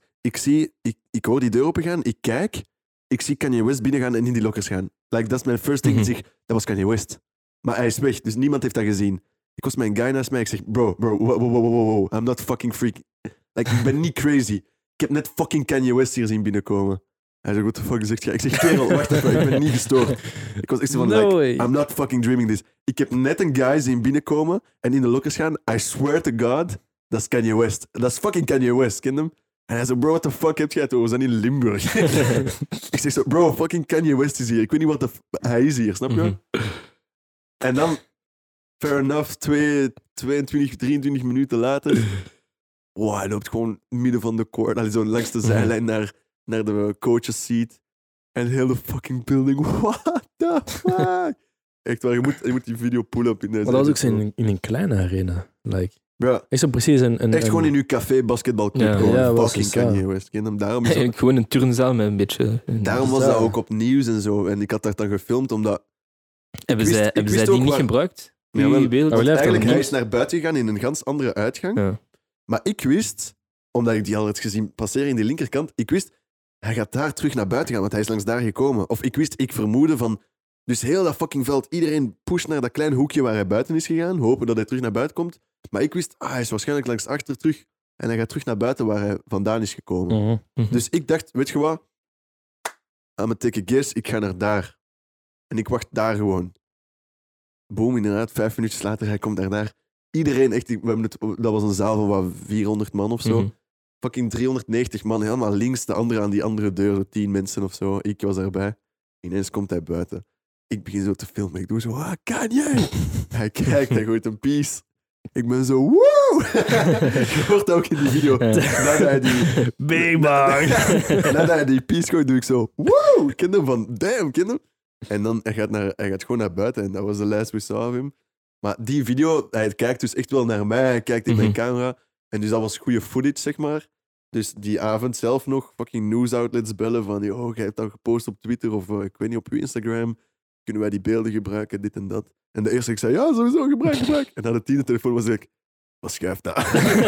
[SPEAKER 2] ik hoor die deur opengaan, ik kijk, ik zie Kanye West binnengaan en in die lockers gaan. Like, dat is mijn first thing. Ik zeg, dat was Kanye West. Maar hij is weg, dus niemand heeft dat gezien. Ik was met een guy naast mij, ik zeg, bro, wow, I'm not fucking freak. Like, ik ben niet crazy. Ik heb net fucking Kanye West hier zien binnenkomen. Hij zegt, what the fuck zegt jij? Ik zeg, kerel, wacht even, ik ben niet gestoord. Ik was echt zo van,
[SPEAKER 1] No
[SPEAKER 2] like,
[SPEAKER 1] way.
[SPEAKER 2] I'm not fucking dreaming this. Ik heb net een guy zien binnenkomen en in de lockers gaan. I swear to God, dat is Kanye West. Dat is fucking Kanye West, ken je hem? En hij zei, bro, what the fuck heb jij het over? We zijn in Limburg. Ik zeg zo, bro, fucking Kanye West is hier. Ik weet niet wat hij is hier, snap je? En dan, fair enough, 22, 23 minuten later... Wow, hij loopt gewoon midden van de court, zo langs de zijlijn naar de coaches seat. En heel de fucking building, what the fuck? Echt waar, je moet die video pull-up in deze...
[SPEAKER 1] Maar dat was ook zo in een kleine arena. Like.
[SPEAKER 2] Ja,
[SPEAKER 1] Echt zo precies een
[SPEAKER 2] gewoon in uw café basketbalclub.
[SPEAKER 3] Ja.
[SPEAKER 2] Gewoon
[SPEAKER 1] Ja, was
[SPEAKER 2] fucking
[SPEAKER 1] het, ja.
[SPEAKER 2] Kanye West. Ken hem? Daarom
[SPEAKER 3] Eigenlijk gewoon een turnzaal met een beetje...
[SPEAKER 2] was
[SPEAKER 1] Ja.
[SPEAKER 2] dat ook op nieuws en zo. En ik had dat dan gefilmd, omdat...
[SPEAKER 3] Hebben
[SPEAKER 2] Ik
[SPEAKER 3] zij
[SPEAKER 2] wist
[SPEAKER 3] die
[SPEAKER 2] ook
[SPEAKER 3] niet
[SPEAKER 2] waar-
[SPEAKER 3] gebruikt?
[SPEAKER 2] Jawel.
[SPEAKER 3] Die beelden?
[SPEAKER 1] Oh, hij heeft
[SPEAKER 2] Eigenlijk,
[SPEAKER 1] dat
[SPEAKER 2] hij
[SPEAKER 1] niet.
[SPEAKER 2] is naar buiten gegaan in een ganz andere uitgang.
[SPEAKER 3] Ja.
[SPEAKER 2] Maar ik wist, omdat ik die al had gezien passeren in die linkerkant, ik wist, hij gaat daar terug naar buiten gaan, want hij is langs daar gekomen. Of ik vermoedde van... Dus heel dat fucking veld, iedereen pusht naar dat klein hoekje waar hij buiten is gegaan, hopen dat hij terug naar buiten komt. Maar ik wist, hij is waarschijnlijk langs achter terug en hij gaat terug naar buiten waar hij vandaan is gekomen. Dus ik dacht, weet je wat? I'm gonna take a guess, ik ga naar daar. En ik wacht daar gewoon. Boom, inderdaad, 5 minuutjes later, hij komt naar daar. Iedereen, echt, dat was een zaal van wat, 400 man of zo. Fucking 390 man, helemaal links, de andere aan die andere deur, 10 mensen of zo. Ik was erbij. Ineens komt hij buiten. Ik begin zo te filmen. Ik doe zo, Kanye! Hij kijkt, hij gooit een piece. Ik ben zo, woe! Je hoort dat ook in die video. Nadat hij die...
[SPEAKER 1] Big bang!
[SPEAKER 2] Nadat hij die piece gooit, doe ik zo, woe! Ik ken hem van, damn, ken hem? En dan, hij gaat gewoon naar buiten. En dat was the last we saw of him. Maar die video, hij kijkt dus echt wel naar mij. Hij kijkt in mijn camera. En dus dat was goede footage, zeg maar. Dus die avond zelf nog fucking news outlets bellen van, jij hebt dat gepost op Twitter of ik weet niet, op uw Instagram. Kunnen wij die beelden gebruiken, dit en dat. En de eerste ik zei, ja, sowieso, gebruik. En na de 10e telefoon was ik, wat schuift dat?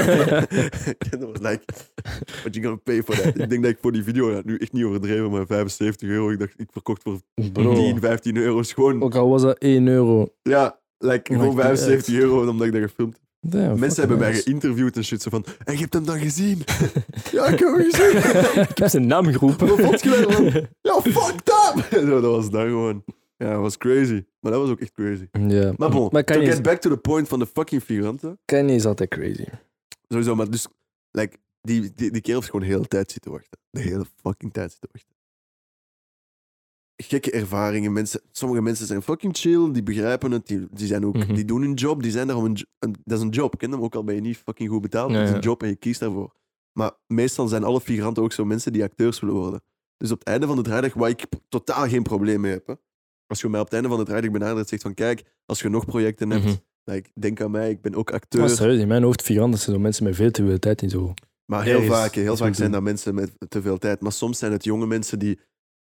[SPEAKER 2] En dat was like, what you gonna pay for that? Ik denk dat ik voor die video, nu echt niet overdreven, maar €75. Ik dacht, ik verkocht voor 10, 15 euro's gewoon.
[SPEAKER 1] Ook al was dat €1.
[SPEAKER 2] Ja, like, gewoon €75 omdat ik dat gefilmd heb.
[SPEAKER 1] Damn,
[SPEAKER 2] Mensen hebben mij
[SPEAKER 1] nice.
[SPEAKER 2] geïnterviewd en shit, zo van, en je hebt hem dan gezien? Ja, ik heb hem gezien.
[SPEAKER 3] Ik heb zijn naam geroepen.
[SPEAKER 2] Wat vond je daarvan? Ja, fuck that! Zo, dat was daar gewoon. Ja, dat was crazy. Maar dat was ook echt crazy.
[SPEAKER 1] Ja.
[SPEAKER 2] Maar bon,
[SPEAKER 1] Maar
[SPEAKER 2] to
[SPEAKER 1] Kanye
[SPEAKER 2] get back to the point van de fucking figuranten.
[SPEAKER 1] Kanye is altijd crazy.
[SPEAKER 2] Sowieso, maar dus, like, die kerel heeft gewoon de hele tijd zitten wachten. De hele fucking tijd zitten wachten. Gekke ervaringen. Sommige mensen zijn fucking chill, die begrijpen het, die zijn ook, die doen hun job, die zijn daar om dat is een job, ken hem, ook al ben je niet fucking goed betaald, dat is een job en je kiest daarvoor. Maar meestal zijn alle figuranten ook zo mensen die acteurs willen worden. Dus op het einde van de draaidag, waar ik totaal geen probleem mee heb, hè. Als je mij op het einde van de draaidag benadert en zegt van, kijk, als je nog projecten hebt, like, denk aan mij, ik ben ook acteur.
[SPEAKER 1] Maar serieus, in mijn hoofd figuranten zijn zo mensen met veel te veel tijd in zo.
[SPEAKER 2] Maar heel
[SPEAKER 1] Ergens
[SPEAKER 2] vaak
[SPEAKER 1] iets
[SPEAKER 2] zijn
[SPEAKER 1] doen.
[SPEAKER 2] dat mensen met te veel tijd. Maar soms zijn het jonge mensen die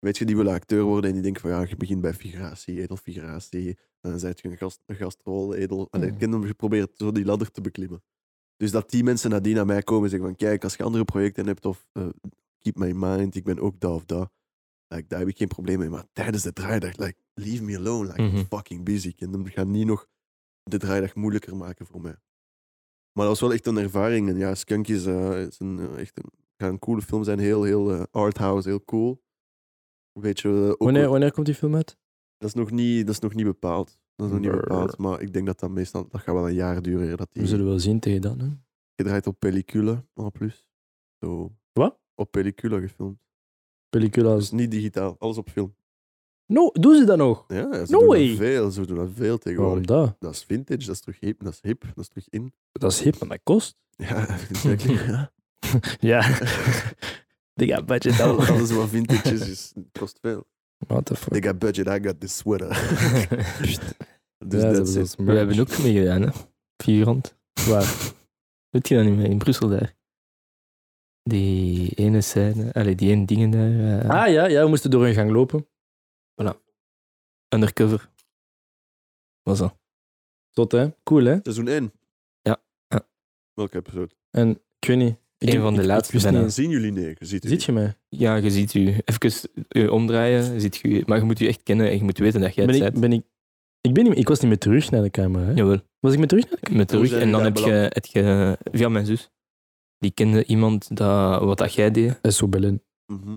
[SPEAKER 2] Weet je, die willen acteur worden en die denken van ja, je begint bij figuratie, edelfiguratie. Dan zet je een gastrol, edel. Allee, je probeert zo die ladder te beklimmen. Dus dat die mensen nadien naar mij komen en zeggen van kijk, als je andere projecten hebt of keep me in mind, ik ben ook dat of dat. Like, daar heb ik geen probleem mee. Maar tijdens de draaidag, like, leave me alone. Like, I'm fucking busy. En dan ga niet nog de draaidag moeilijker maken voor mij. Maar dat was wel echt een ervaring. En ja, Skunk is gaat een coole film zijn. Heel arthouse, heel cool. Weet je,
[SPEAKER 1] Wanneer komt die film uit?
[SPEAKER 2] Dat is nog niet bepaald. Maar ik denk dat meestal... Dat gaat wel een jaar duren. Dat
[SPEAKER 1] We zullen wel zien tegen dan. Hè?
[SPEAKER 2] Gedraaid op pellicule, en plus. Zo.
[SPEAKER 1] Wat?
[SPEAKER 2] Op pellicule gefilmd.
[SPEAKER 1] Pellicula's.
[SPEAKER 2] Dus niet digitaal, alles op film.
[SPEAKER 1] No, doen ze dat nog?
[SPEAKER 2] Ja, ze
[SPEAKER 1] No
[SPEAKER 2] doen
[SPEAKER 1] way.
[SPEAKER 2] dat veel. Ze doen dat veel tegenwoordig.
[SPEAKER 1] Waarom dat?
[SPEAKER 2] Dat is vintage, dat is terug hip, dat is terug in.
[SPEAKER 1] Dat is hip, maar dat kost.
[SPEAKER 2] Ja, exactly. Ja.
[SPEAKER 1] Ja. They got budget.
[SPEAKER 2] Alles wat vintage is, kost veel.
[SPEAKER 1] What the fuck?
[SPEAKER 2] They got budget, I got this sweater. Dus
[SPEAKER 1] Ja,
[SPEAKER 2] dat is
[SPEAKER 1] is
[SPEAKER 3] We hebben ook meegedaan, hè? Figurant.
[SPEAKER 1] Waar?
[SPEAKER 3] Weet je dat niet meer? In Brussel daar. Die ene scène, die ene dingen daar.
[SPEAKER 1] Ja, we moesten door een gang lopen.
[SPEAKER 3] Undercover. Was dat?
[SPEAKER 1] Zot, hè? Cool, hè?
[SPEAKER 2] Seizoen 1.
[SPEAKER 3] Ja.
[SPEAKER 2] Welke episode?
[SPEAKER 1] En ik weet niet.
[SPEAKER 3] Een van de laatste
[SPEAKER 1] wist
[SPEAKER 3] bijna.
[SPEAKER 1] niet.
[SPEAKER 2] Zien jullie? Nee, je ziet
[SPEAKER 1] Ziet je mij?
[SPEAKER 3] Ja, je ziet u even omdraaien, maar je moet je echt kennen en je moet weten dat jij het bent.
[SPEAKER 1] Ik was niet meer terug naar de camera, hè?
[SPEAKER 3] Jawel,
[SPEAKER 1] Was ik meer terug naar de camera?
[SPEAKER 3] met terug.
[SPEAKER 2] zijn
[SPEAKER 3] En dan
[SPEAKER 2] jullie daar
[SPEAKER 3] heb je via mijn zus, die kende iemand wat dat jij deed.
[SPEAKER 1] Dat is zo Belen.
[SPEAKER 2] Mhm.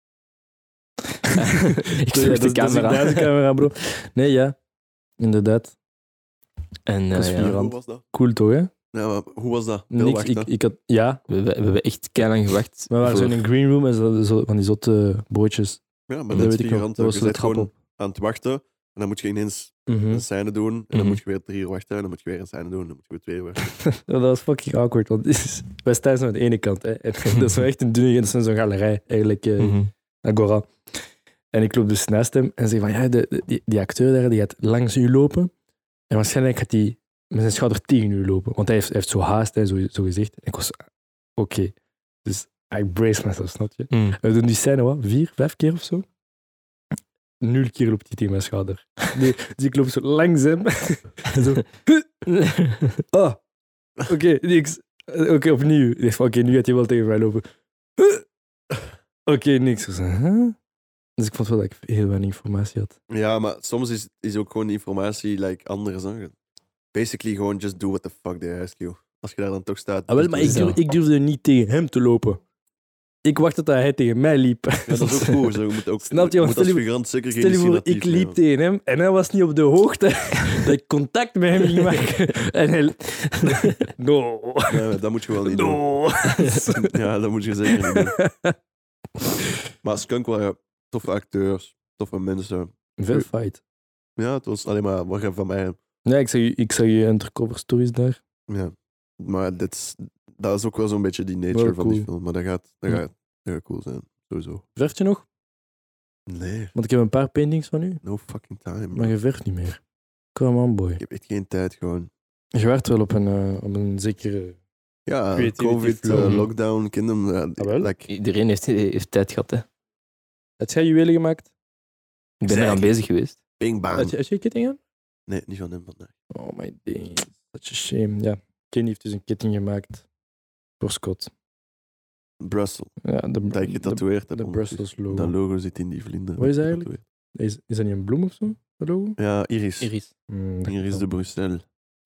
[SPEAKER 3] Ik zoek de camera.
[SPEAKER 1] de camera, bro. Nee, ja. Inderdaad.
[SPEAKER 3] En
[SPEAKER 1] Dat is
[SPEAKER 3] ja,
[SPEAKER 1] vier.
[SPEAKER 2] Hoe was dat?
[SPEAKER 1] Cool toch, hè?
[SPEAKER 2] Ja, maar hoe was dat? Heel
[SPEAKER 1] Niks.
[SPEAKER 2] wachten.
[SPEAKER 1] Ik had... Ja.
[SPEAKER 3] we hebben echt keilang gewacht.
[SPEAKER 1] We waren zo in een green room en zo van die zotte broodjes.
[SPEAKER 2] Ja, maar
[SPEAKER 1] Dat
[SPEAKER 2] dat is
[SPEAKER 1] weet ik nog.
[SPEAKER 2] figurant.
[SPEAKER 1] Dat was
[SPEAKER 2] Je
[SPEAKER 1] zo de
[SPEAKER 2] bent
[SPEAKER 1] trap
[SPEAKER 2] gewoon
[SPEAKER 1] op.
[SPEAKER 2] aan het wachten en dan moet je ineens
[SPEAKER 1] Mhm.
[SPEAKER 2] een scène doen en dan
[SPEAKER 3] Mhm.
[SPEAKER 2] moet je weer 3 uur wachten en dan moet je weer een scène doen en dan moet je weer 2 uur wachten.
[SPEAKER 1] Ja, dat was fucking awkward, want wij staan zo aan de ene kant. Hè. En dat is wel echt een dunne, dat is zo'n galerij, eigenlijk, Agora. En ik loop dus naast hem en zeg van, ja, die acteur daar, die gaat langs u lopen. En waarschijnlijk gaat hij met zijn schouder tegen u lopen, want hij heeft zo haast, hè, zo gezegd. En ik was, oké. Dus ik brace mezelf, snap je?
[SPEAKER 3] Mhm.
[SPEAKER 1] We doen die scène, wat, 4, 5 keer of zo? 0 keer loopt hij tegen mijn schouder. Nee, dus ik loop zo langs hem. En zo, oh, oké, niks. Oké, opnieuw. Ik dacht van, oké, nu gaat hij wel tegen mij lopen. Oké, niks. Ik zei, huh? Dus ik vond wel dat ik heel weinig informatie had.
[SPEAKER 2] Ja, maar soms is ook gewoon informatie like, anders. Hè. Basically gewoon just do what the fuck they ask you. Als je daar dan toch staat.
[SPEAKER 1] Ah, wel, maar ik durfde niet tegen hem te lopen. Ik wachtte tot hij tegen mij liep.
[SPEAKER 2] Ja, dat is ook goed. Zo. Je moet ook
[SPEAKER 1] Snap je? Want
[SPEAKER 2] moet als
[SPEAKER 1] stel je-
[SPEAKER 2] figurant zeker geen
[SPEAKER 1] Stel je voor,
[SPEAKER 2] initiatief
[SPEAKER 1] ik liep
[SPEAKER 2] nemen.
[SPEAKER 1] tegen hem en hij was niet op de hoogte dat ik contact met hem ging maken. En hij... No.
[SPEAKER 2] Ja, dat moet je wel niet doen.
[SPEAKER 1] No.
[SPEAKER 2] Ja, dat moet je zeker niet doen. Maar Skunk waren toffe acteurs, toffe mensen.
[SPEAKER 1] Veel fight.
[SPEAKER 2] Ja, het was alleen maar wat van mij.
[SPEAKER 1] Ja, ik zag je undercover stories daar.
[SPEAKER 2] Ja. Maar dat is ook wel zo'n beetje die nature
[SPEAKER 1] Wel
[SPEAKER 2] van die
[SPEAKER 1] cool.
[SPEAKER 2] film. Maar dat gaat cool zijn, sowieso.
[SPEAKER 1] Verf je nog?
[SPEAKER 2] Nee,
[SPEAKER 1] Want ik heb een paar paintings van u,
[SPEAKER 2] no fucking time.
[SPEAKER 1] maar je verft niet meer. Come on, boy.
[SPEAKER 2] Ik heb echt geen tijd gewoon.
[SPEAKER 1] Je waart wel op een zekere...
[SPEAKER 2] Ja,
[SPEAKER 1] Creativity
[SPEAKER 2] COVID,
[SPEAKER 1] flow.
[SPEAKER 2] lockdown, kinderen.
[SPEAKER 1] Ah, wel?
[SPEAKER 2] Like,
[SPEAKER 3] Iedereen heeft tijd gehad, hè.
[SPEAKER 1] Heb jij juwelen gemaakt?
[SPEAKER 3] Ik ben eraan bezig geweest.
[SPEAKER 2] bing bang.
[SPEAKER 1] Heb je kettingen?
[SPEAKER 2] Nee, niet van hem vandaag.
[SPEAKER 1] Oh my days. Such a shame. Ja, Kenny heeft dus een ketting gemaakt voor Scott.
[SPEAKER 2] Brussel.
[SPEAKER 1] Ja,
[SPEAKER 2] Dat ik getatoeëerd heb.
[SPEAKER 1] de Brussels logo.
[SPEAKER 2] Dat logo zit in die vlinder.
[SPEAKER 1] Wat is dat eigenlijk? Is dat niet een bloem of zo? Dat logo?
[SPEAKER 2] Ja, Iris.
[SPEAKER 3] Iris.
[SPEAKER 1] Dat
[SPEAKER 2] Iris
[SPEAKER 1] kan.
[SPEAKER 2] de Bruxelles.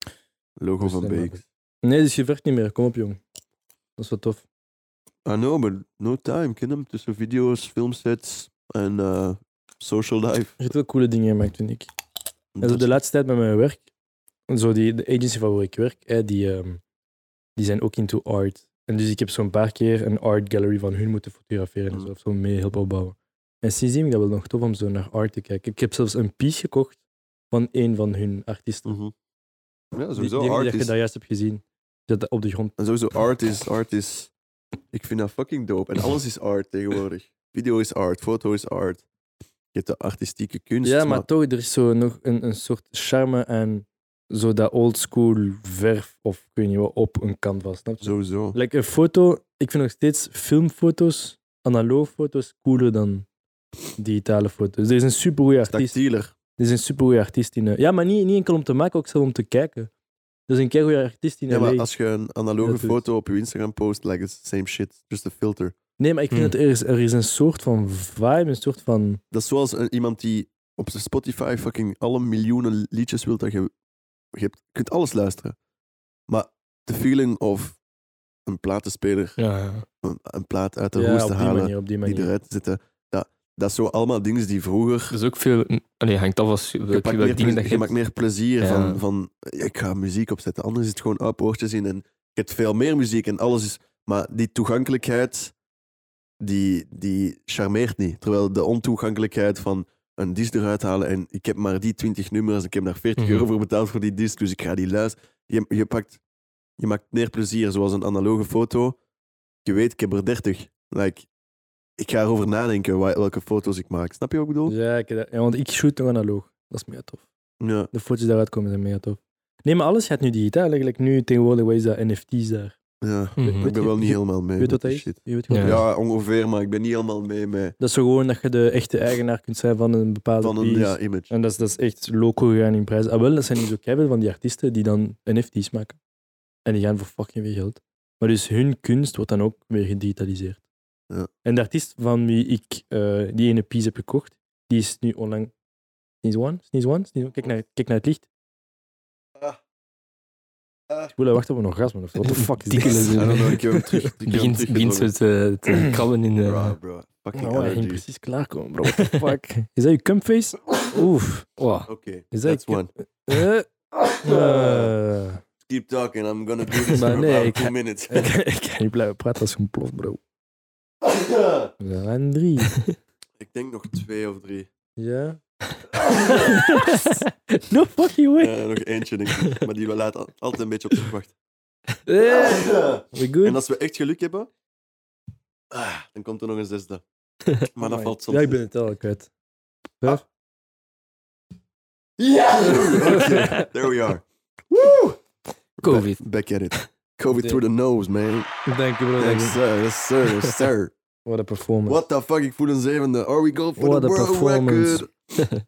[SPEAKER 2] Logo van
[SPEAKER 1] Bruxelles.
[SPEAKER 2] Beeks.
[SPEAKER 1] Nee, dus je verft niet meer. Kom op, jong. Dat is wel tof.
[SPEAKER 2] I know, but no time. Ken hem tussen video's, filmsets en social life.
[SPEAKER 1] Je hebt wel coole dingen gemaakt, vind ik. En zo de laatste tijd met mijn werk, zo de agency waar ik werk, die zijn ook into art. En dus ik heb zo'n paar keer een art gallery van hun moeten fotograferen en zo, of zo mee helpen opbouwen. En sindsdien vind ik dat wel nog tof om zo naar art te kijken. Ik heb zelfs een piece gekocht van een van hun artiesten.
[SPEAKER 2] Mhm. Ja,
[SPEAKER 1] Die
[SPEAKER 2] sowieso
[SPEAKER 1] dat
[SPEAKER 2] art
[SPEAKER 1] je
[SPEAKER 2] is...
[SPEAKER 1] daar juist hebt gezien. Dat op de grond.
[SPEAKER 2] En sowieso art is... Ik vind dat fucking dope. En alles is art tegenwoordig. Video is art, foto is art. Je hebt de artistieke kunst.
[SPEAKER 1] Ja, maar toch, er is zo nog een soort charme en zo dat oldschool verf of ik weet niet wat op een canvas. Snap je?
[SPEAKER 2] Sowieso.
[SPEAKER 1] Like een foto, ik vind nog steeds filmfoto's, analoogfoto's, cooler dan digitale foto's. Er is een supergoeie artiest.
[SPEAKER 2] Tactieler.
[SPEAKER 1] Er is een supergoeie artiest in... Ja, maar niet enkel om te maken, ook zelf om te kijken. Er is een keigoeie artiest in
[SPEAKER 2] Ja, maar
[SPEAKER 1] LA.
[SPEAKER 2] als je een analoge
[SPEAKER 1] Dat doet.
[SPEAKER 2] foto op je Instagram post, like it's the same shit. Just a filter.
[SPEAKER 1] Nee, maar ik vind dat er is een soort van vibe, een soort van...
[SPEAKER 2] Dat is zoals iemand die op zijn Spotify fucking alle miljoenen liedjes wil dat je kunt alles luisteren. Maar de feeling of een platenspeler,
[SPEAKER 3] Ja.
[SPEAKER 2] een plaat uit de
[SPEAKER 1] Ja,
[SPEAKER 2] roes
[SPEAKER 1] op
[SPEAKER 2] te
[SPEAKER 1] die
[SPEAKER 2] halen,
[SPEAKER 1] manier, op die
[SPEAKER 2] die
[SPEAKER 1] manier.
[SPEAKER 2] eruit te zetten, dat is zo allemaal dingen die vroeger...
[SPEAKER 3] Er is ook veel... Allee, hangt af als
[SPEAKER 2] Je
[SPEAKER 3] welke dingen dat je
[SPEAKER 2] maakt meer plezier
[SPEAKER 3] Ja.
[SPEAKER 2] van ik ga muziek opzetten. Anders is het gewoon oortjes in en je hebt veel meer muziek en alles is... Maar die toegankelijkheid, die charmeert niet. Terwijl de ontoegankelijkheid van een disc eruit halen en ik heb maar die 20 nummers en ik heb daar 40 euro voor betaald voor die disc, dus ik ga die luisteren. Je maakt meer plezier, zoals een analoge foto. Je weet, ik heb er 30. Like, ik ga erover nadenken welke foto's ik maak. Snap je wat ik bedoel?
[SPEAKER 1] Ja, want ik shoot nog analoog. Dat is mega tof.
[SPEAKER 2] Ja.
[SPEAKER 1] De foto's die daaruit komen zijn mega tof. Nee, maar alles gaat nu digitaal. Eigenlijk nu tegenwoordig, wat is dat? NFT's daar.
[SPEAKER 2] Ja.
[SPEAKER 3] Mhm.
[SPEAKER 2] Ik ben wel niet helemaal mee.
[SPEAKER 1] Weet je
[SPEAKER 2] met
[SPEAKER 1] wat dat
[SPEAKER 2] die
[SPEAKER 1] is?
[SPEAKER 2] shit.
[SPEAKER 1] Je weet wat
[SPEAKER 3] Ja.
[SPEAKER 1] dat is?
[SPEAKER 2] Ja, ongeveer, maar ik ben niet helemaal mee met
[SPEAKER 1] Dat is zo gewoon dat je de echte eigenaar kunt zijn van een bepaalde
[SPEAKER 2] van een
[SPEAKER 1] piece.
[SPEAKER 2] image.
[SPEAKER 1] En dat is echt loco gegaan in prijs. Ah, wel, dat zijn niet zo keiveel van die artiesten die dan NFT's maken. En die gaan voor fucking veel geld. Maar dus hun kunst wordt dan ook weer gedigitaliseerd.
[SPEAKER 2] Ja.
[SPEAKER 1] En de artiest van wie ik die ene piece heb gekocht, die is nu onlangs... Sneeze one. Kijk naar het licht. Spoelen, wacht op, nog gas, man. What the fuck is
[SPEAKER 3] Tikkelen
[SPEAKER 1] dit?
[SPEAKER 3] ze.
[SPEAKER 2] I don't know, ik heb hem terug. ik heb hem
[SPEAKER 3] Begint zo
[SPEAKER 2] teruggedrongen.
[SPEAKER 3] te krabben in de...
[SPEAKER 2] Bro. Fucking
[SPEAKER 1] Oh, hij ging
[SPEAKER 2] allergies.
[SPEAKER 1] precies klaarkomen, bro. What the fuck? Is dat je cumface? Oef.
[SPEAKER 3] Wow.
[SPEAKER 2] Oké,
[SPEAKER 1] Is dat
[SPEAKER 2] that's
[SPEAKER 1] je
[SPEAKER 2] one. Keep talking, I'm gonna do this
[SPEAKER 1] Maar
[SPEAKER 2] for
[SPEAKER 1] nee,
[SPEAKER 2] about
[SPEAKER 1] ik
[SPEAKER 2] 2
[SPEAKER 1] ga-
[SPEAKER 2] minutes.
[SPEAKER 1] Ik kan niet blijven praten als een plof, bro. En 3.
[SPEAKER 2] Ik denk nog 2 of 3.
[SPEAKER 1] Ja. No fucking way.
[SPEAKER 2] Ja, nog eentje, denk ik. Maar die laat altijd een beetje op zich wachten.
[SPEAKER 1] We good?
[SPEAKER 2] En als we echt geluk hebben, dan komt er nog een 6e. Maar dat valt soms.
[SPEAKER 1] Ja, ik ben het al kwijt. Vijf?
[SPEAKER 2] Ja! Oké, there we are. Woo!
[SPEAKER 3] Covid.
[SPEAKER 2] Back at it. COVID through the nose, man.
[SPEAKER 1] Dank je, bro.
[SPEAKER 2] Thanks, sir. Yes, sir. Yes, sir.
[SPEAKER 1] What a performance.
[SPEAKER 2] What the fuck, ik voel een 7e. Are we go for
[SPEAKER 1] What
[SPEAKER 2] the
[SPEAKER 1] a
[SPEAKER 2] world
[SPEAKER 1] performance.
[SPEAKER 2] record?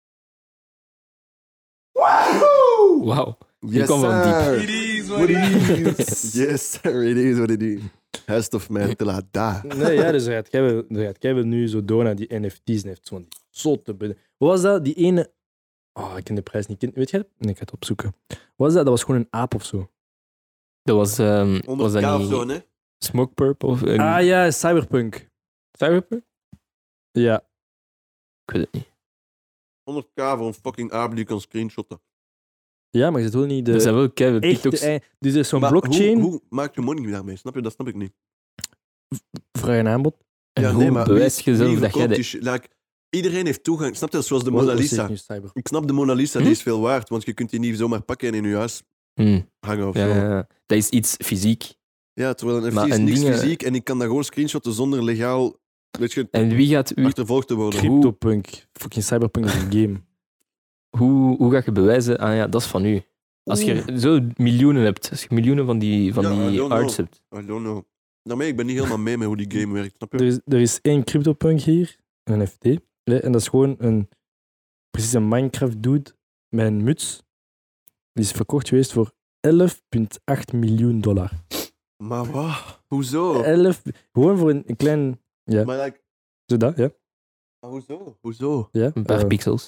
[SPEAKER 3] Wauw.
[SPEAKER 2] Yes,
[SPEAKER 3] kwam wel diep.
[SPEAKER 2] sir.
[SPEAKER 4] It is
[SPEAKER 2] What
[SPEAKER 4] what
[SPEAKER 2] it
[SPEAKER 4] it is.
[SPEAKER 2] is. Yes, sir. It is what it is. Best of man, till I die.
[SPEAKER 1] Nee, ja, dus jij wil nu zo door naar die NFT's en heeft zo'n zotte... Wat was dat? Die ene... Oh, ik ken de prijs niet. Weet je dat? Nee, ik ga het opzoeken. Wat was dat? Dat was gewoon een aap of zo.
[SPEAKER 3] Dat was... was
[SPEAKER 2] 100k
[SPEAKER 3] dat
[SPEAKER 2] of
[SPEAKER 3] niet
[SPEAKER 2] zo, hè?
[SPEAKER 3] Smoke Purple? Of,
[SPEAKER 1] Ah ja, Cyberpunk.
[SPEAKER 3] Cyberpunk?
[SPEAKER 1] Ja.
[SPEAKER 3] Ik weet het niet.
[SPEAKER 2] 100k voor een fucking aap die je kan screenshotten.
[SPEAKER 1] Ja, maar je zit wel niet
[SPEAKER 3] Er zijn
[SPEAKER 1] de
[SPEAKER 3] wel keihard
[SPEAKER 1] echte...
[SPEAKER 3] TikToks.
[SPEAKER 1] Dus er is zo'n
[SPEAKER 2] Maar
[SPEAKER 1] blockchain,
[SPEAKER 2] Hoe maak je money daarmee? Snap je? Dat snap ik niet.
[SPEAKER 1] vraag en aanbod.
[SPEAKER 3] En hoe
[SPEAKER 2] nee, maar
[SPEAKER 3] bewijs je
[SPEAKER 2] wie
[SPEAKER 3] zelf dat jij
[SPEAKER 2] verkoopt
[SPEAKER 3] de...
[SPEAKER 2] die shit? Like, iedereen heeft toegang. Snap je? Zoals de
[SPEAKER 1] Wat
[SPEAKER 2] Mona
[SPEAKER 1] is
[SPEAKER 2] Lisa.
[SPEAKER 1] dit nu, Cyberpunk?
[SPEAKER 2] Ik snap de Mona Lisa, die is veel waard, want je kunt die niet zomaar pakken en in je huis hangen of
[SPEAKER 3] Ja,
[SPEAKER 2] zo.
[SPEAKER 3] ja, ja. Dat is iets fysiek.
[SPEAKER 2] Ja, terwijl een NFT
[SPEAKER 3] Maar
[SPEAKER 2] is
[SPEAKER 3] een
[SPEAKER 2] niks
[SPEAKER 3] dingen-
[SPEAKER 2] fysiek en ik kan dat gewoon screenshotten zonder legaal, weet je,
[SPEAKER 3] En wie gaat...
[SPEAKER 2] achtervolgd te worden.
[SPEAKER 1] CryptoPunk. Fucking Cyberpunk is een game.
[SPEAKER 3] Hoe ga je bewijzen? Ah ja, dat is van u. Als je zo miljoenen hebt, als je miljoenen van die
[SPEAKER 2] Ja, I don't
[SPEAKER 3] arts
[SPEAKER 2] know.
[SPEAKER 3] hebt.
[SPEAKER 2] I don't know. Daarmee, ik ben niet helemaal mee met hoe die game werkt, snap je?
[SPEAKER 1] Er is één CryptoPunk hier, een NFT. En dat is gewoon precies een Minecraft dude met een muts. Die is verkocht geweest voor $11,8 miljoen.
[SPEAKER 2] Maar wat? Hoezo?
[SPEAKER 1] 11, gewoon voor een klein... Ja,
[SPEAKER 2] Maar like,
[SPEAKER 1] zo dat, ja.
[SPEAKER 2] maar hoezo? Hoezo?
[SPEAKER 1] Ja,
[SPEAKER 3] Een paar pixels.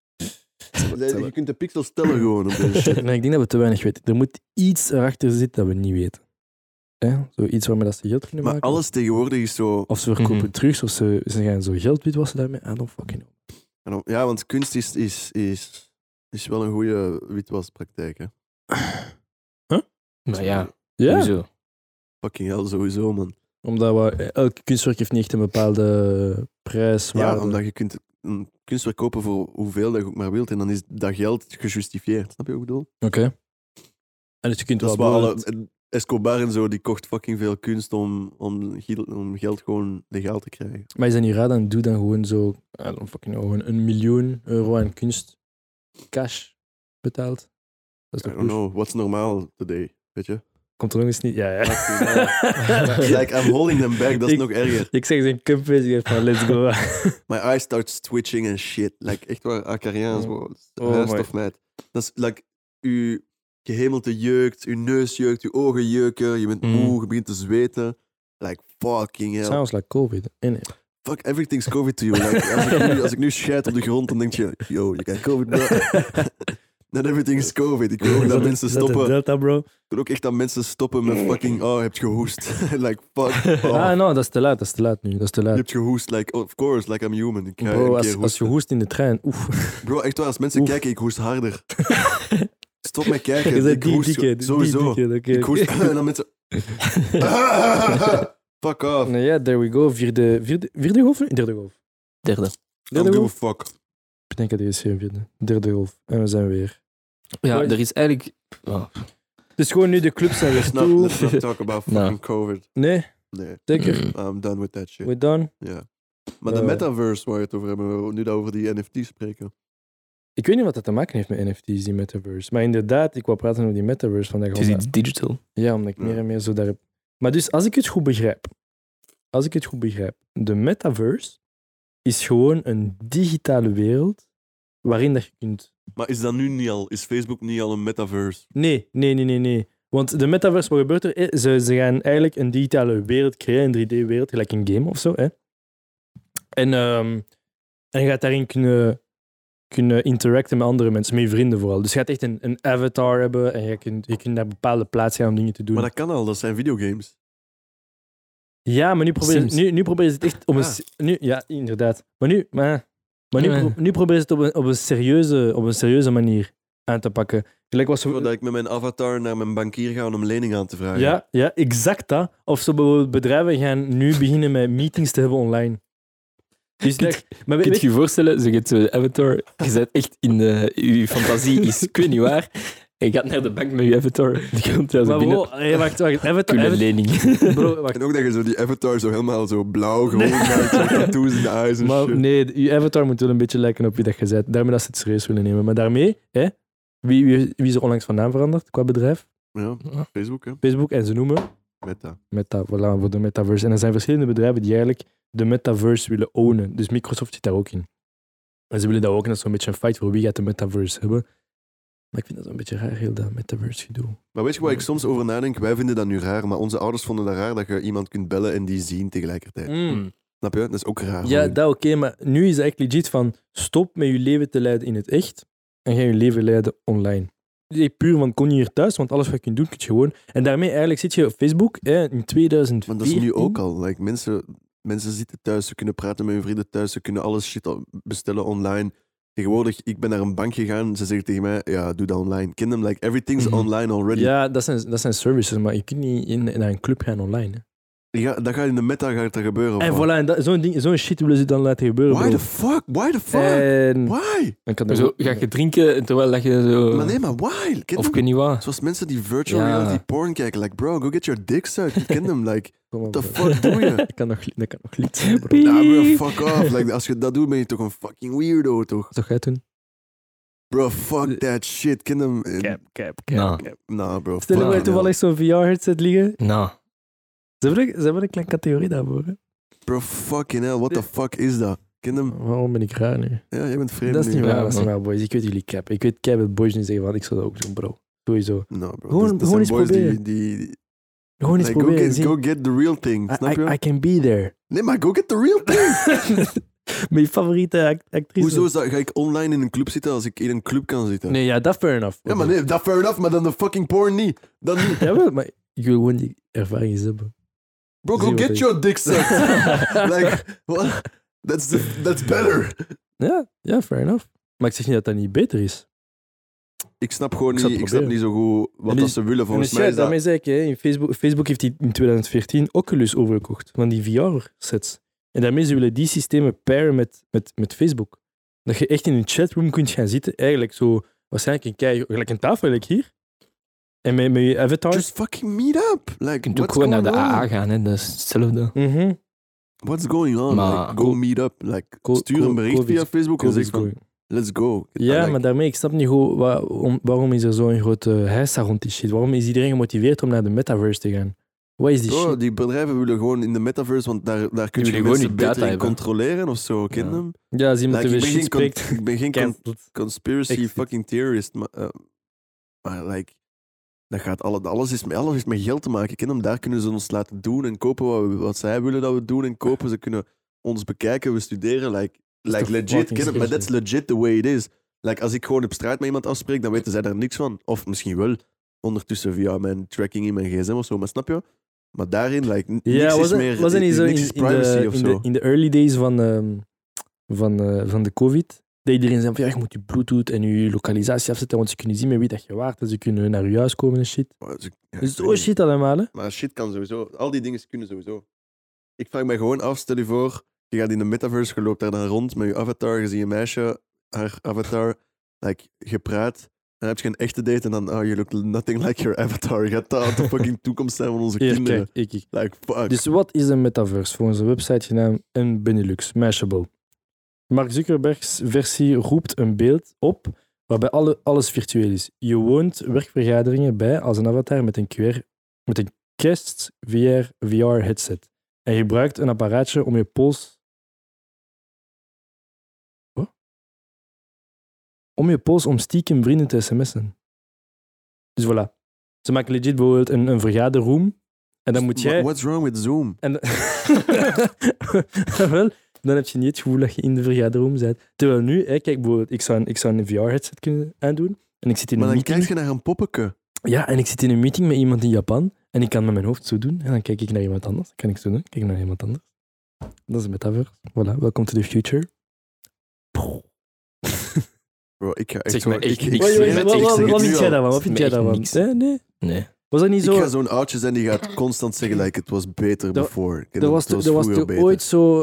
[SPEAKER 2] Je kunt de pixels tellen gewoon op deze shit.
[SPEAKER 1] Nee, ik denk dat we te weinig weten. Er moet iets erachter zitten dat we niet weten. Zoiets waarmee dat ze geld kunnen
[SPEAKER 2] Maar
[SPEAKER 1] maken.
[SPEAKER 2] alles tegenwoordig is zo...
[SPEAKER 1] Of ze verkopen
[SPEAKER 3] Mhm.
[SPEAKER 1] terug, of ze gaan zo geld witwassen daarmee. I don't fucking know.
[SPEAKER 2] Ja, want kunst is wel een goede witwaspraktijk, hè.
[SPEAKER 3] Maar ja,
[SPEAKER 1] Ja,
[SPEAKER 3] sowieso.
[SPEAKER 2] Fucking hell, sowieso, man.
[SPEAKER 1] omdat elk kunstwerk heeft niet echt een bepaalde prijs.
[SPEAKER 2] Ja, omdat je kunt een kunstwerk kopen voor hoeveel dat je ook maar wilt en dan is dat geld gejustificeerd. Snap je wat ik bedoel?
[SPEAKER 1] Oké. En dus je kunt
[SPEAKER 2] Dat is
[SPEAKER 1] wel
[SPEAKER 2] waar
[SPEAKER 1] bijvoorbeeld-
[SPEAKER 2] Escobar en zo, die kocht fucking veel kunst om geld gewoon legaal te krijgen.
[SPEAKER 1] Maar is dat niet raar, dan doe dan gewoon zo, I don't fucking know, gewoon €1 miljoen aan kunst cash betaald. Dat is
[SPEAKER 2] I
[SPEAKER 1] toch
[SPEAKER 2] don't
[SPEAKER 1] goed?
[SPEAKER 2] know, what's normaal today, weet je?
[SPEAKER 1] Komt er nog eens niet? Ja.
[SPEAKER 2] Like, I'm holding them back, dat is nog erger.
[SPEAKER 1] Ik zeg zijn cupface, van let's go.
[SPEAKER 2] My eye starts twitching and shit. Like, echt waar, Acariaans, of meid. Dat is, like, uw gehemelte jeukt, uw neus jeukt, uw ogen jeuken, je bent moe, je begint te zweten. Like, fucking hell.
[SPEAKER 1] Sounds like COVID.
[SPEAKER 2] Fuck, everything's COVID to you. Like, als ik nu scheid op de grond, dan denk je, yo, je krijgt COVID, bro. Not everything is COVID. Ik wil ook dat mensen stoppen.
[SPEAKER 1] Delta, bro.
[SPEAKER 2] Ik wil ook echt dat mensen stoppen met fucking, heb je gehoest? Like, fuck.
[SPEAKER 1] No, dat is te laat nu. Dat is te laat.
[SPEAKER 2] Je hebt gehoest, like, of course, like I'm human. Ik ga
[SPEAKER 1] bro,
[SPEAKER 2] een keer
[SPEAKER 1] als je hoest in de trein, oef.
[SPEAKER 2] Bro, echt waar, als mensen kijken, ik hoest harder. Stop met kijken.
[SPEAKER 1] Je bent
[SPEAKER 2] ik
[SPEAKER 1] die
[SPEAKER 2] hoest
[SPEAKER 1] dikke,
[SPEAKER 2] sowieso.
[SPEAKER 1] Okay.
[SPEAKER 2] Ik hoest en dan mensen... Fuck off.
[SPEAKER 1] Nou ja, there we go. Vierde golf? Derde golf.
[SPEAKER 3] Derde.
[SPEAKER 2] Don't give a fuck.
[SPEAKER 1] Ik denk dat deze geen vierde. Derde golf. En we zijn weer.
[SPEAKER 3] Ja, er is eigenlijk...
[SPEAKER 1] Dus gewoon nu de clubs zijn weer toe.
[SPEAKER 2] Let's not talk about fucking COVID.
[SPEAKER 1] Nee,
[SPEAKER 2] Nee.
[SPEAKER 1] zeker.
[SPEAKER 2] I'm done with that shit.
[SPEAKER 1] We're done.
[SPEAKER 2] Ja. Maar de metaverse waar je het over hebben, nu dat we over die NFT's spreken.
[SPEAKER 1] Ik weet niet wat dat te maken heeft met NFT's, die metaverse. Maar inderdaad, ik wou praten over die metaverse vandaag.
[SPEAKER 3] Het is iets digital.
[SPEAKER 1] Ja, omdat ik meer en meer zo daar heb. Maar dus, als ik het goed begrijp, de metaverse is gewoon een digitale wereld waarin dat je kunt...
[SPEAKER 2] Maar is dat nu niet al? Is Facebook niet al een metaverse?
[SPEAKER 1] Nee. Want de metaverse, wat gebeurt er? Ze gaan eigenlijk een digitale wereld creëren, een 3D-wereld, gelijk een game of zo. Hè? En je gaat daarin kunnen interacten met andere mensen, met je vrienden vooral. Dus je gaat echt een avatar hebben en je kunt naar bepaalde plaatsen gaan om dingen te doen.
[SPEAKER 2] Maar dat kan al, dat zijn videogames.
[SPEAKER 1] Ja, maar nu proberen ze het echt op een... Ja, inderdaad. Maar nu proberen ze het op een serieuze manier aan te pakken. Gelijk was
[SPEAKER 2] Zodat ik met mijn avatar naar mijn bankier ga om lening aan te vragen.
[SPEAKER 1] Ja, exact dat. Of zo bijvoorbeeld bedrijven gaan nu beginnen met meetings te hebben online. Dus
[SPEAKER 3] kun je je voorstellen, ze gaat zo'n avatar, je zit echt in je fantasie is, ik weet niet waar, en je gaat naar de bank met je avatar, die komt daar zo binnen.
[SPEAKER 1] Wacht. Avatar,
[SPEAKER 3] lening.
[SPEAKER 1] Bro, wacht.
[SPEAKER 2] En ook dat je zo die avatar zo helemaal zo blauw gewoon maakt, zo tattoos in de eyes en
[SPEAKER 1] Maar
[SPEAKER 2] shit.
[SPEAKER 1] nee, je avatar moet wel een beetje lijken op wie dat je bent. Daarmee dat ze het serieus willen nemen. Maar daarmee, wie is er onlangs van naam veranderd qua bedrijf?
[SPEAKER 2] Ja, Facebook hè.
[SPEAKER 1] Facebook, en ze noemen... Meta, voilà, voor de metaverse. En er zijn verschillende bedrijven die eigenlijk de metaverse willen ownen. Dus Microsoft zit daar ook in. En ze willen daar ook, en dat is zo'n beetje een fight voor wie gaat de metaverse hebben. Maar ik vind dat een beetje raar, heel dat metaverse gedoe.
[SPEAKER 2] Maar weet je waar ik soms over nadenk? Wij vinden dat nu raar, maar onze ouders vonden dat raar dat je iemand kunt bellen en die zien tegelijkertijd. Snap je? Dat is ook raar.
[SPEAKER 1] Ja, dat oké, maar nu is het echt legit van stop met je leven te leiden in het echt en ga je leven leiden online. Puur van kon je hier thuis, want alles wat je kunt doen, kun je gewoon. En daarmee eigenlijk zit je op Facebook in 2014.
[SPEAKER 2] Maar dat is nu ook al. Like, mensen zitten thuis, ze kunnen praten met hun vrienden thuis, ze kunnen alles shit bestellen online. Tegenwoordig, ik ben naar een bank gegaan, ze zeggen tegen mij, ja, doe dat online. Ken them, like, everything's online already.
[SPEAKER 1] Ja, dat zijn services, maar je kunt niet naar een club gaan online. Hè.
[SPEAKER 2] Ja, dat gaat in de meta gaat dat gebeuren.
[SPEAKER 1] En voilà, en zo'n shit willen ze dan laten gebeuren.
[SPEAKER 2] Why the fuck? Why?
[SPEAKER 3] Zo, ga je drinken terwijl dat je zo...
[SPEAKER 2] Maar nee, maar why?
[SPEAKER 3] Of ik weet niet wat.
[SPEAKER 2] Zoals mensen die virtual reality porn kijken. Like, bro, go get your dick sucked. You ken them. Like, what the fuck doe je?
[SPEAKER 1] Dat kan nog lied zijn, bro.
[SPEAKER 2] Nah, bro, fuck off. Like, als je dat doet, ben je toch een fucking weirdo, toch?
[SPEAKER 1] Wat ga je doen?
[SPEAKER 2] Bro, fuck that shit. Ken them.
[SPEAKER 1] Cap.
[SPEAKER 2] Nah, bro.
[SPEAKER 1] Stel je mij toevallig zo'n VR-headset liggen?
[SPEAKER 3] Nou.
[SPEAKER 1] Ze hebben een kleine categorie daarvoor. Hè?
[SPEAKER 2] Bro, fucking hell. What the fuck is dat? Ken hem?
[SPEAKER 1] Waarom ben ik raar nu?
[SPEAKER 2] Ja, jij bent vreemd.
[SPEAKER 1] Dat is
[SPEAKER 2] nu.
[SPEAKER 1] niet waar, dat is niet waar, boys. Ik weet jullie cap. Ik weet cap het boys niet zeggen van ik zou dat ook doen, bro. Sowieso.
[SPEAKER 2] No, bro.
[SPEAKER 1] Gewoon eens proberen. Gewoon eens proberen.
[SPEAKER 2] Go get the real thing. Snap je?
[SPEAKER 1] I can be there.
[SPEAKER 2] Nee, maar go get the real thing.
[SPEAKER 1] Mijn favoriete actrice.
[SPEAKER 2] Hoezo is dat? Ga ik online in een club zitten als ik in een club kan zitten?
[SPEAKER 1] Nee, ja, dat fair enough.
[SPEAKER 2] Ja, maar nee, dat fair enough, maar dan de fucking porn niet. Dan niet.
[SPEAKER 1] Jawel, maar ik wil gewoon die ervaring eens hebben.
[SPEAKER 2] Bro, go get your dick sucked. Like, what? That's better.
[SPEAKER 1] Ja, fair enough. Maar ik zeg niet dat dat niet beter is.
[SPEAKER 2] Ik snap gewoon niet, ik snap niet zo goed wat dat ze willen. Volgens mij is dat...
[SPEAKER 1] Daarmee zei ik, in Facebook heeft hij in 2014 Oculus overgekocht, van die VR-sets. En daarmee ze willen die systemen pairen met Facebook. Dat je echt in een chatroom kunt gaan zitten, eigenlijk zo, waarschijnlijk gelijk een tafel, gelijk hier. En met je avatar.
[SPEAKER 2] Just fucking meet up. Like,
[SPEAKER 3] je kunt ook gewoon naar de AA gaan, hè. Dat is hetzelfde.
[SPEAKER 2] What's going on?
[SPEAKER 3] Maar
[SPEAKER 2] like, go meet up. Like, stuur een bericht via Facebook en zeg van... let's go.
[SPEAKER 1] Ja, maar daarmee, ik snap niet goed waarom is er zo'n grote heisa rond die shit. Waarom is iedereen gemotiveerd om naar de metaverse te gaan? Wat is die shit?
[SPEAKER 2] Die bedrijven willen gewoon in de metaverse, want daar kun je
[SPEAKER 3] gewoon
[SPEAKER 2] mensen
[SPEAKER 3] die
[SPEAKER 2] beter
[SPEAKER 3] data
[SPEAKER 2] in
[SPEAKER 3] hebben.
[SPEAKER 2] controleren of zo, ken je hem?
[SPEAKER 1] Ja, als iemand
[SPEAKER 2] Like,
[SPEAKER 1] te veel shit spreekt,
[SPEAKER 2] ik ben geen
[SPEAKER 1] cancelled.
[SPEAKER 2] conspiracy
[SPEAKER 1] Exit.
[SPEAKER 2] fucking theorist, maar like, dat gaat alles is met geld te maken. Ken hem? Daar kunnen ze ons laten doen en kopen wat zij willen dat we doen en kopen. Ze kunnen ons bekijken, we studeren, like
[SPEAKER 1] toch
[SPEAKER 2] legit.
[SPEAKER 1] fucking
[SPEAKER 2] Ken hem? Maar
[SPEAKER 1] schrik,
[SPEAKER 2] that's legit the way it is. Like, als ik gewoon op straat met iemand afspreek, dan weten zij daar niks van. Of misschien wel, ondertussen via mijn tracking in mijn gsm of zo, maar snap je? Maar daarin, like, niks is meer...
[SPEAKER 1] was het niet zo
[SPEAKER 2] niks is privacy of zo.
[SPEAKER 1] in de early days van de COVID, dat iedereen zei van ja, je moet je Bluetooth en je lokalisatie afzetten, want ze kunnen zien met wie dat je waart en ze kunnen naar je huis komen en shit. Dus zo shit allemaal, hè.
[SPEAKER 2] Maar shit kan sowieso. Al die dingen kunnen sowieso. Ik vraag me gewoon af, stel je voor, je gaat in de metaverse, je loopt daar dan rond met je avatar, je ziet een meisje, haar avatar, like, je praat, dan heb je een echte date en dan, you look nothing like your avatar. Je gaat dat de fucking toekomst zijn van onze
[SPEAKER 1] Hier,
[SPEAKER 2] kinderen.
[SPEAKER 1] kijk, ik.
[SPEAKER 2] Like, fuck.
[SPEAKER 1] Dus wat is een metaverse? Volgens de website genaamd een Benelux, Mashable. Mark Zuckerbergs versie roept een beeld op waarbij alles virtueel is. Je woont werkvergaderingen bij als een avatar met een Quest VR headset. En je gebruikt een apparaatje om je pols... Wat? Om je pols om stiekem vrienden te sms'en. Dus voilà. Ze maken legit bijvoorbeeld een vergaderroom en dan moet jij...
[SPEAKER 2] What's wrong with Zoom?
[SPEAKER 1] En wel, dan heb je niet het gevoel dat je in de vergaderroom bent. Terwijl nu, hè, kijk, bijvoorbeeld, ik zou een VR-headset kunnen aandoen. En ik zit in
[SPEAKER 2] Maar
[SPEAKER 1] een
[SPEAKER 2] dan
[SPEAKER 1] meeting.
[SPEAKER 2] kijk je naar een poppeke.
[SPEAKER 1] Ja, en ik zit in een meeting met iemand in Japan. En ik kan met mijn hoofd zo doen. En dan kijk ik naar iemand anders. Dan kan ik zo doen. Kijk naar iemand anders. Dat is een metaverse. Voilà, welcome to the future.
[SPEAKER 2] Bro, ik ga echt
[SPEAKER 3] Zeg
[SPEAKER 2] zo...
[SPEAKER 3] maar echt niks.
[SPEAKER 1] Wat
[SPEAKER 2] zeg het
[SPEAKER 1] vind
[SPEAKER 2] nu
[SPEAKER 1] jij
[SPEAKER 2] al.
[SPEAKER 1] daarvan? Wat
[SPEAKER 3] Het
[SPEAKER 1] vind
[SPEAKER 3] is
[SPEAKER 1] jij
[SPEAKER 3] me echt
[SPEAKER 1] daarvan?
[SPEAKER 3] niks.
[SPEAKER 1] Nee?
[SPEAKER 3] Nee.
[SPEAKER 1] Was dat niet
[SPEAKER 2] Ik
[SPEAKER 1] zo...
[SPEAKER 2] ga zo'n oudje zijn die gaat constant zeggen, like, het was beter before.
[SPEAKER 1] Er was
[SPEAKER 2] vroeger
[SPEAKER 1] toch
[SPEAKER 2] beter.
[SPEAKER 1] ooit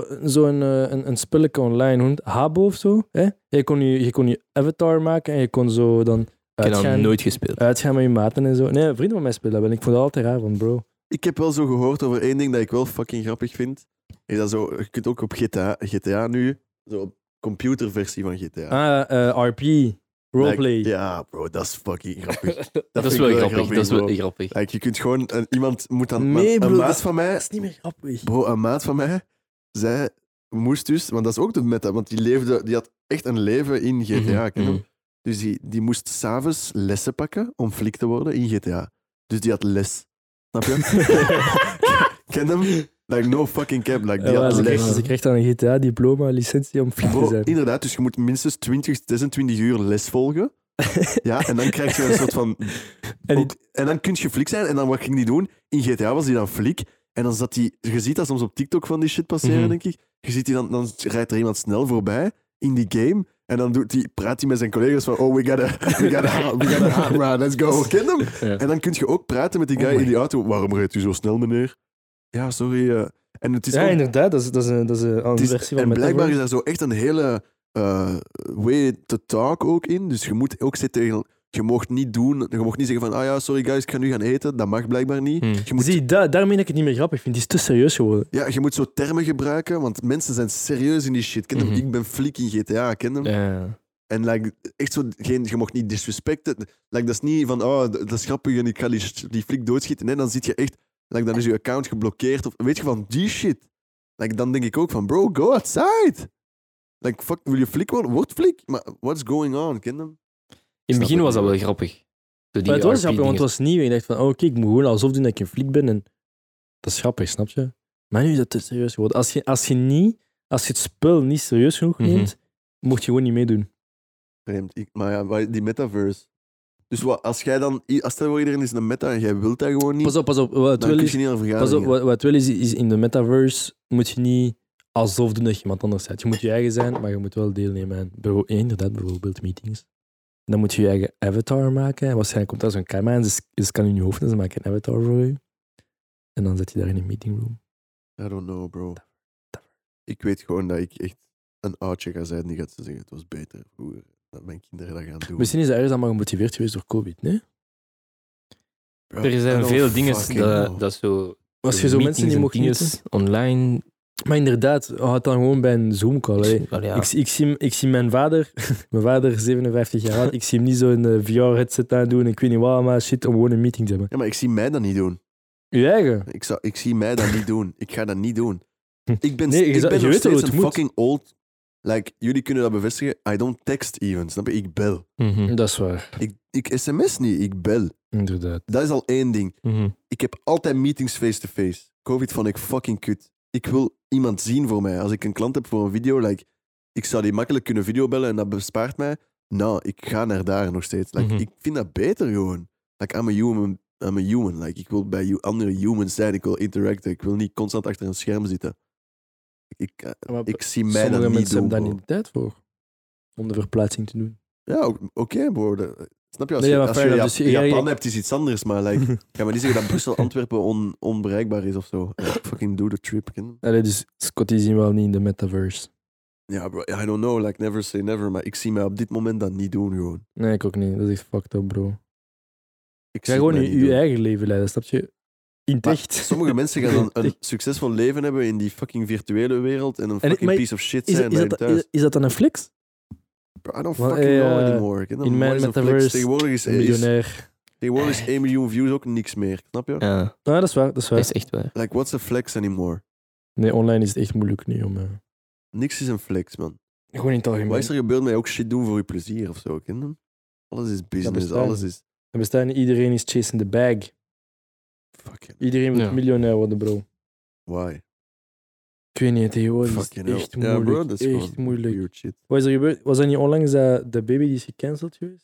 [SPEAKER 1] een spelletje online, hoe heet het? Habbo of zo? Hè? Je kon je avatar maken en je kon zo dan
[SPEAKER 3] Ik heb dat
[SPEAKER 1] uitgaan,
[SPEAKER 3] nooit gespeeld.
[SPEAKER 1] uitgaan met je maten en zo. Nee, vrienden van mij spelen dat wel. Ik vond dat altijd raar van, bro.
[SPEAKER 2] Ik heb wel zo gehoord over één ding dat ik wel fucking grappig vind. Is dat zo, je kunt ook op GTA nu, zo op computerversie van GTA.
[SPEAKER 1] RP, roleplay.
[SPEAKER 2] Like, ja, bro, dat is fucking grappig.
[SPEAKER 3] Dat is
[SPEAKER 2] vind ik
[SPEAKER 3] wel grappig. Dat is wel
[SPEAKER 2] bro.
[SPEAKER 3] grappig.
[SPEAKER 2] Like, je kunt gewoon, iemand moet dan,
[SPEAKER 1] Nee, bro,
[SPEAKER 2] een
[SPEAKER 1] dat
[SPEAKER 2] maat
[SPEAKER 1] is-
[SPEAKER 2] van mij,
[SPEAKER 1] Dat is niet meer grappig.
[SPEAKER 2] bro, een maat van mij, zij moest dus, want dat is ook de meta, want die had echt een leven in GTA, ken je?
[SPEAKER 3] mhm.
[SPEAKER 2] Dus die moest s'avonds lessen pakken om flik te worden in GTA. Dus die had les. Snap je? Ken je hem? Like, no fucking cap. Like, die had les.
[SPEAKER 1] Ze krijgt dan een GTA-diploma, licentie om flip te
[SPEAKER 2] Bro,
[SPEAKER 1] zijn.
[SPEAKER 2] inderdaad, dus je moet minstens 26 uur les volgen. Ja, en dan krijg je een soort van... En dan kun je flik zijn. En dan wat ging die doen? In GTA was hij dan flik. En dan zat hij... Je ziet dat soms op TikTok van die shit passeren,
[SPEAKER 3] Mhm.
[SPEAKER 2] denk ik. Je ziet die dan rijdt er iemand snel voorbij in die game. En dan praat hij met zijn collega's van... Oh, we gotta run, let's go. Ken hem?
[SPEAKER 3] Ja.
[SPEAKER 2] En dan kun je ook praten met die guy in die auto. Waarom rijdt u zo snel, meneer? Ja, sorry. En het is
[SPEAKER 1] Ja,
[SPEAKER 2] ook-
[SPEAKER 1] inderdaad. Dat is een
[SPEAKER 2] het is-
[SPEAKER 1] versie van
[SPEAKER 2] en blijkbaar
[SPEAKER 1] Metaverse.
[SPEAKER 2] is daar zo echt een hele way to talk ook in. Dus je moet ook zitten tegen... Je mocht niet doen... Je mocht niet zeggen van... Ah ja, sorry guys, ik ga nu gaan eten. Dat mag blijkbaar niet.
[SPEAKER 3] Hmm.
[SPEAKER 2] Je moet,
[SPEAKER 1] Zie, daarmee dat ik het niet meer grappig vind. Die is te serieus geworden.
[SPEAKER 2] ja, je moet zo termen gebruiken, want mensen zijn serieus in die shit. Ken je hem?
[SPEAKER 3] Mhm.
[SPEAKER 2] Ik ben flik in GTA, ken je hem?
[SPEAKER 3] Ja.
[SPEAKER 2] En like, echt zo, je mocht niet disrespecten. Like, dat is niet van, dat is grappig en ik ga die flik doodschieten. Nee, dan zit je echt... Like, dan is je account geblokkeerd. Of weet je, van die shit. Like, dan denk ik ook van, bro, go outside. Like, fuck, wil je flik worden? Word flik. Maar what's going on? Ken je hem?
[SPEAKER 3] In het begin
[SPEAKER 2] het
[SPEAKER 3] was dat
[SPEAKER 2] niet.
[SPEAKER 3] wel grappig. Zo die
[SPEAKER 1] Maar het was
[SPEAKER 3] RP
[SPEAKER 1] grappig, want het
[SPEAKER 3] dingen.
[SPEAKER 1] was nieuw. En ik dacht van, oké, ik moet gewoon alsof doen dat ik een flik ben. En dat is grappig, snap je? Maar nu is dat te serieus geworden. Als je het spel niet serieus genoeg
[SPEAKER 3] Mhm.
[SPEAKER 1] neemt, mocht je gewoon niet meedoen.
[SPEAKER 2] Vreemd. Maar ja, die metaverse. Dus wat, als jij dan... Stel voor iedereen is een meta en jij wilt dat gewoon niet,
[SPEAKER 1] Pas op. Wat
[SPEAKER 2] dan
[SPEAKER 1] wel
[SPEAKER 2] kun
[SPEAKER 1] is,
[SPEAKER 2] je niet aan
[SPEAKER 1] pas op,
[SPEAKER 2] vergaderingen.
[SPEAKER 1] wat wel is in de metaverse moet je niet alsof doen dat je iemand anders bent. Je moet je eigen zijn, maar je moet wel deelnemen aan inderdaad, bijvoorbeeld meetings. Dan moet je je eigen avatar maken. En waarschijnlijk komt daar zo'n camera en ze kan in je hoofd en ze maken een avatar voor je. En dan zit je daar in een meetingroom.
[SPEAKER 2] I don't know, bro. Ik weet gewoon dat ik echt een oudje ga zijn die gaat zeggen, het was beter vroeger. Dat mijn kinderen dat gaan doen.
[SPEAKER 1] Misschien is dat ergens allemaal gemotiveerd geweest door COVID, nee?
[SPEAKER 2] Bro,
[SPEAKER 3] Er
[SPEAKER 2] I
[SPEAKER 3] zijn
[SPEAKER 2] don't
[SPEAKER 3] veel dingen
[SPEAKER 2] fucking know.
[SPEAKER 3] dat zo...
[SPEAKER 1] Als je zo mensen die
[SPEAKER 3] meetings en
[SPEAKER 1] mocht
[SPEAKER 3] dinges
[SPEAKER 1] niet...
[SPEAKER 3] online
[SPEAKER 1] Maar inderdaad, houd dan gewoon bij een Zoom-call. Hè.
[SPEAKER 3] Wel, ja.
[SPEAKER 1] Ik zie mijn vader, 57 jaar oud, ik zie hem niet zo een VR-headset aandoen, ik weet niet wat, maar shit, om gewoon een meeting te hebben.
[SPEAKER 2] Ja, maar ik zie mij dat niet doen.
[SPEAKER 1] Je eigen?
[SPEAKER 2] Ik zie mij dat niet doen. Ik ga dat niet doen. Ik ben,
[SPEAKER 1] Nee, je
[SPEAKER 2] ik ben
[SPEAKER 1] weet
[SPEAKER 2] nog
[SPEAKER 1] hoe
[SPEAKER 2] steeds
[SPEAKER 1] het
[SPEAKER 2] een
[SPEAKER 1] moet.
[SPEAKER 2] fucking old... Like, jullie kunnen dat bevestigen. I don't text even, snap je? Ik bel.
[SPEAKER 3] Mhm.
[SPEAKER 1] Dat is waar,
[SPEAKER 2] Ik sms niet, ik bel.
[SPEAKER 1] inderdaad.
[SPEAKER 2] Dat is al één ding.
[SPEAKER 3] Mhm.
[SPEAKER 2] Ik heb altijd meetings face-to-face. COVID vond ik fucking kut. Ik wil iemand zien voor mij. Als ik een klant heb voor een video, like, ik zou die makkelijk kunnen videobellen en dat bespaart mij. Nou, ik ga naar daar nog steeds. Like,
[SPEAKER 3] Mhm.
[SPEAKER 2] Ik vind dat beter gewoon. Like, I'm a human. Like, ik wil bij andere humans zijn. Ik wil interacten. Ik wil niet constant achter een scherm zitten. Ik zie mij
[SPEAKER 1] Sommige
[SPEAKER 2] dat niet
[SPEAKER 1] mensen
[SPEAKER 2] doen,
[SPEAKER 1] hebben daar
[SPEAKER 2] bro.
[SPEAKER 1] niet de tijd voor, om de verplaatsing te doen.
[SPEAKER 2] Ja, oké, bro. Snap je? Als
[SPEAKER 1] Nee,
[SPEAKER 2] je,
[SPEAKER 1] maar
[SPEAKER 2] als
[SPEAKER 1] fair
[SPEAKER 2] je
[SPEAKER 1] enough. Dus
[SPEAKER 2] Japan hebt, is iets anders. Maar like, ik ga maar niet zeggen dat Brussel-Antwerpen onbereikbaar is of zo. Fucking do the trip. Ken?
[SPEAKER 1] Allee, dus Scotty zien we wel niet in de metaverse.
[SPEAKER 2] Ja, bro. I don't know. Like, never say never. Maar ik zie mij op dit moment dat niet doen, gewoon.
[SPEAKER 1] Nee, ik ook niet. Dat is echt fucked up, bro.
[SPEAKER 2] Ik
[SPEAKER 1] Ga
[SPEAKER 2] zie
[SPEAKER 1] gewoon
[SPEAKER 2] het mij
[SPEAKER 1] je
[SPEAKER 2] niet doen.
[SPEAKER 1] eigen leven leiden, snap je? In het
[SPEAKER 2] Maar
[SPEAKER 1] echt.
[SPEAKER 2] sommige mensen gaan dan een succesvol leven hebben in die fucking virtuele wereld en een
[SPEAKER 1] En
[SPEAKER 2] fucking
[SPEAKER 1] maar
[SPEAKER 2] piece of shit
[SPEAKER 1] Is,
[SPEAKER 2] zijn
[SPEAKER 1] is,
[SPEAKER 2] bij
[SPEAKER 1] dat,
[SPEAKER 2] thuis.
[SPEAKER 1] is dat dan een flex?
[SPEAKER 2] Bro, I don't
[SPEAKER 1] Want,
[SPEAKER 2] fucking know
[SPEAKER 1] eh,
[SPEAKER 2] anymore. Ken je?
[SPEAKER 1] in mijn
[SPEAKER 2] What is een flex?
[SPEAKER 1] metaverse,
[SPEAKER 2] Tegenwoordig
[SPEAKER 1] Een miljonair.
[SPEAKER 2] is 1 miljoen views ook niks meer. Snap je?
[SPEAKER 3] Ja,
[SPEAKER 1] Ah, dat is waar, dat is
[SPEAKER 3] dat
[SPEAKER 1] waar.
[SPEAKER 3] is echt waar.
[SPEAKER 2] Like, what's a flex anymore?
[SPEAKER 1] Nee, online is het echt moeilijk nu om...
[SPEAKER 2] Niks is een flex, man.
[SPEAKER 1] Gewoon in het algemeen.
[SPEAKER 2] Wat is er gebeurd met ook shit doen voor je plezier of zo? Ken je? Alles is business,
[SPEAKER 1] bestaat
[SPEAKER 2] alles
[SPEAKER 1] niet.
[SPEAKER 2] is...
[SPEAKER 1] Er bestaat niet, iedereen is chasing the bag.
[SPEAKER 2] Fucking...
[SPEAKER 1] Iedereen wil
[SPEAKER 3] Ja.
[SPEAKER 1] miljonair worden, bro.
[SPEAKER 2] Why?
[SPEAKER 1] Ik weet niet, tegenwoordig is
[SPEAKER 2] Fucking
[SPEAKER 1] het
[SPEAKER 2] hell.
[SPEAKER 1] echt
[SPEAKER 2] Ja,
[SPEAKER 1] moeilijk.
[SPEAKER 2] bro, dat is
[SPEAKER 1] echt
[SPEAKER 2] gewoon
[SPEAKER 1] moeilijk.
[SPEAKER 2] weird shit.
[SPEAKER 1] Wat is er gebeurd? Was dat niet onlangs dat de baby die is gecanceld geweest?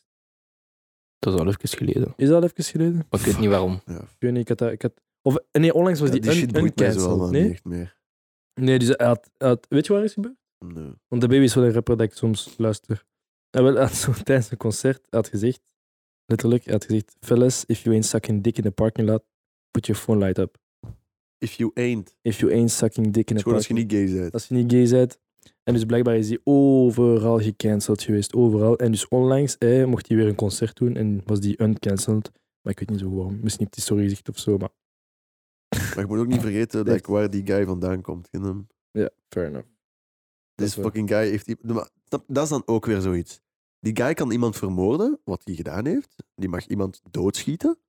[SPEAKER 3] Dat is al even geleden.
[SPEAKER 1] Is dat al even geleden?
[SPEAKER 3] Maar ik weet niet waarom.
[SPEAKER 2] Ja.
[SPEAKER 1] Ik weet niet, ik had... Of, nee, onlangs was
[SPEAKER 2] Ja,
[SPEAKER 1] die,
[SPEAKER 2] die shit boeit mij zo allemaal
[SPEAKER 1] uncancelled. Nee?
[SPEAKER 2] niet echt meer.
[SPEAKER 1] Nee, dus hij had... Weet je waar is gebeurd?
[SPEAKER 2] Nee.
[SPEAKER 1] Want de baby is wel een rapper dat ik soms luister. Hij had zo tijdens een concert had gezegd, letterlijk, hij had gezegd, fellas, if you ain't sucking dick in the parking lot, put your phone light up.
[SPEAKER 2] If you ain't.
[SPEAKER 1] If you ain't sucking dick in
[SPEAKER 2] Het
[SPEAKER 1] the
[SPEAKER 2] is gewoon als je
[SPEAKER 1] parking
[SPEAKER 2] niet gay bent.
[SPEAKER 1] Als je niet gay bent. En dus blijkbaar is hij overal gecanceld geweest, overal. En dus onlangs mocht hij weer een concert doen en was die uncancelled. Maar ik weet niet zo waarom. Misschien heeft hij sorry gezegd of zo, maar...
[SPEAKER 2] Maar je moet ook niet vergeten like, waar die guy vandaan komt. Ken je hem?
[SPEAKER 1] Ja, fair enough.
[SPEAKER 2] This
[SPEAKER 1] wel.
[SPEAKER 2] fucking guy heeft... Dat is dan ook weer zoiets. Die guy kan iemand vermoorden, wat hij gedaan heeft. Die mag iemand doodschieten.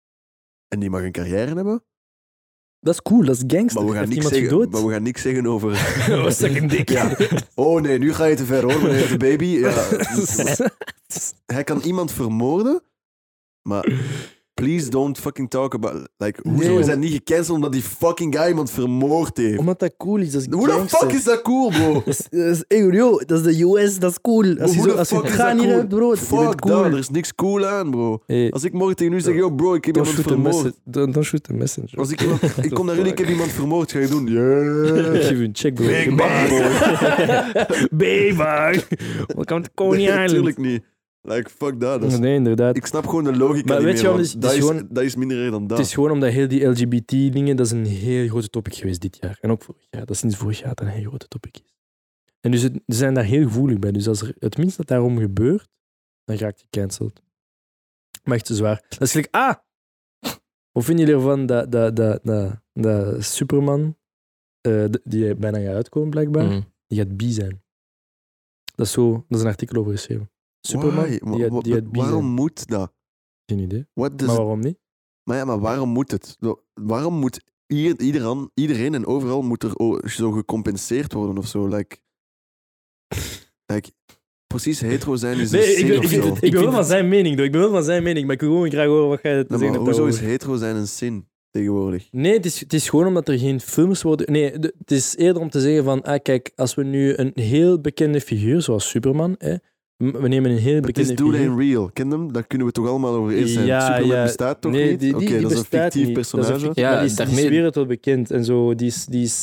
[SPEAKER 2] En die mag een carrière hebben.
[SPEAKER 1] Dat is cool, dat is gangster.
[SPEAKER 2] Maar we gaan,
[SPEAKER 1] Heeft
[SPEAKER 2] niks
[SPEAKER 1] iemand
[SPEAKER 2] zeggen,
[SPEAKER 1] gedood?
[SPEAKER 2] maar we gaan niks zeggen over...
[SPEAKER 1] Oh, sucking dick.
[SPEAKER 2] Ja. Oh nee, nu ga je te ver hoor, meneer de baby. Ja. Hij kan iemand vermoorden, maar please don't fucking talk about... Like, hoezo
[SPEAKER 1] Nee,
[SPEAKER 2] is hij niet gecanceld omdat die fucking guy iemand vermoord heeft?
[SPEAKER 1] Omdat dat cool is, dat is
[SPEAKER 2] Hoe de
[SPEAKER 1] gangster.
[SPEAKER 2] fuck is dat cool, bro?
[SPEAKER 1] Dat is, yo, dat is de US, dat is cool. Als je,
[SPEAKER 2] Hoe
[SPEAKER 1] zo,
[SPEAKER 2] de
[SPEAKER 1] als je
[SPEAKER 2] fuck
[SPEAKER 1] het
[SPEAKER 2] is
[SPEAKER 1] gaan
[SPEAKER 2] dat
[SPEAKER 1] hier
[SPEAKER 2] cool?
[SPEAKER 1] hebt, bro, je bent
[SPEAKER 2] Fuck
[SPEAKER 1] cool.
[SPEAKER 2] dat, er is niks cool aan, bro.
[SPEAKER 1] Hey,
[SPEAKER 2] Als ik morgen tegen u zeg, yo bro, ik heb
[SPEAKER 1] don't
[SPEAKER 2] iemand
[SPEAKER 1] shoot the
[SPEAKER 2] vermoord.
[SPEAKER 1] message. Don't shoot the messenger.
[SPEAKER 2] Als ik kom naar jullie, ik heb iemand vermoord, ga je doen?
[SPEAKER 1] Ik
[SPEAKER 2] Yeah.
[SPEAKER 1] geef je een check, bro.
[SPEAKER 2] Big bang,
[SPEAKER 1] Big bang. Welcome to Coney
[SPEAKER 2] Nee,
[SPEAKER 1] Island.
[SPEAKER 2] natuurlijk niet. Like, fuck dat.
[SPEAKER 1] Nee, inderdaad.
[SPEAKER 2] Ik snap gewoon de logica
[SPEAKER 1] Maar
[SPEAKER 2] niet
[SPEAKER 1] weet je
[SPEAKER 2] meer,
[SPEAKER 1] wel,
[SPEAKER 2] want
[SPEAKER 1] het is gewoon-
[SPEAKER 2] dat is minder dan dat.
[SPEAKER 1] Het is gewoon omdat heel die LGBT-dingen, dat is een heel grote topic geweest dit jaar. En ook vorig jaar. Dat is sinds vorig jaar dat een heel grote topic is. En dus ze zijn daar heel gevoelig bij. Dus als er het minst dat daarom gebeurt, dan raakt je gecanceld. Maar echt te zwaar. Dat is gelijk, hoe vinden jullie ervan dat Superman, die bijna gaat uitkomen blijkbaar,
[SPEAKER 3] Mhm.
[SPEAKER 1] die gaat bi zijn? Dat is een artikel over geschreven. Superman,
[SPEAKER 2] Why?
[SPEAKER 1] die gaat bi
[SPEAKER 2] Waarom
[SPEAKER 1] zijn.
[SPEAKER 2] moet dat?
[SPEAKER 1] Geen idee.
[SPEAKER 2] What does
[SPEAKER 1] Maar waarom niet?
[SPEAKER 2] Maar waarom moet het? Waarom moet iedereen en overal moet er zo gecompenseerd worden of zo? Like, precies hetero zijn is een
[SPEAKER 1] Nee,
[SPEAKER 2] sin of zo.
[SPEAKER 1] ik ben wel van zijn mening, though. Ik ben wel van zijn mening, maar ik wil gewoon graag horen wat jij te
[SPEAKER 2] Nee,
[SPEAKER 1] zeggen
[SPEAKER 2] maar
[SPEAKER 1] hebt
[SPEAKER 2] hoezo is
[SPEAKER 1] daarover.
[SPEAKER 2] hetero zijn een sin tegenwoordig?
[SPEAKER 1] Nee, het is gewoon omdat er geen films worden... Nee, het is eerder om te zeggen van... kijk, als we nu een heel bekende figuur, zoals Superman... we nemen een heel
[SPEAKER 2] Het is
[SPEAKER 1] bekende
[SPEAKER 2] Dude
[SPEAKER 1] figuur...
[SPEAKER 2] ain't real. Ken hem? Daar kunnen we toch allemaal over eens zijn.
[SPEAKER 1] Ja,
[SPEAKER 2] Superman
[SPEAKER 1] ja.
[SPEAKER 2] bestaat toch
[SPEAKER 1] Nee,
[SPEAKER 2] niet?
[SPEAKER 1] die
[SPEAKER 2] Oké, dat is een
[SPEAKER 1] bestaat
[SPEAKER 2] fictief
[SPEAKER 1] niet.
[SPEAKER 2] personage.
[SPEAKER 1] Dat is een fictief-
[SPEAKER 3] Ja,
[SPEAKER 1] maar die is
[SPEAKER 3] daarmee-
[SPEAKER 1] wereldwijd en zo. Die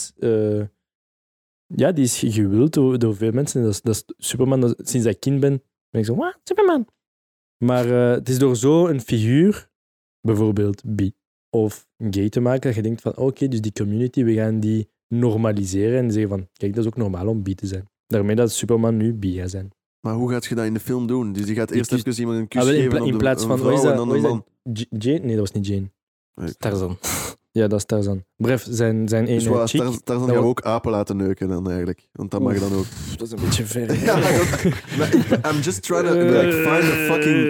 [SPEAKER 1] is gewild door veel mensen. Dat is Superman. Sinds ik kind ben ik zo... Wat? Superman? Maar het is door zo'n figuur, bijvoorbeeld bi of gay te maken, dat je denkt van oké, dus die community, we gaan die normaliseren en zeggen van kijk, dat is ook normaal om bi te zijn. Daarmee dat Superman nu bi gaat zijn.
[SPEAKER 2] Maar hoe gaat je dat in de film doen? Dus die gaat eerst
[SPEAKER 1] kus-
[SPEAKER 2] even iemand een kus
[SPEAKER 1] wel,
[SPEAKER 2] geven
[SPEAKER 1] in
[SPEAKER 2] aan
[SPEAKER 1] plaats
[SPEAKER 2] een
[SPEAKER 1] van...
[SPEAKER 2] vrouw
[SPEAKER 1] Wat is
[SPEAKER 2] en
[SPEAKER 1] dat?
[SPEAKER 2] dan een man.
[SPEAKER 1] Jane? Nee, dat was niet Jane.
[SPEAKER 3] Tarzan.
[SPEAKER 1] Ja, dat is Tarzan. Bref, zijn
[SPEAKER 2] Dus
[SPEAKER 1] ene chick...
[SPEAKER 2] Tarzan gaan we ook apen laten neuken dan eigenlijk. Want dat mag dan ook.
[SPEAKER 1] Dat is een beetje ver.
[SPEAKER 2] Ja, I'm just trying to find a fucking...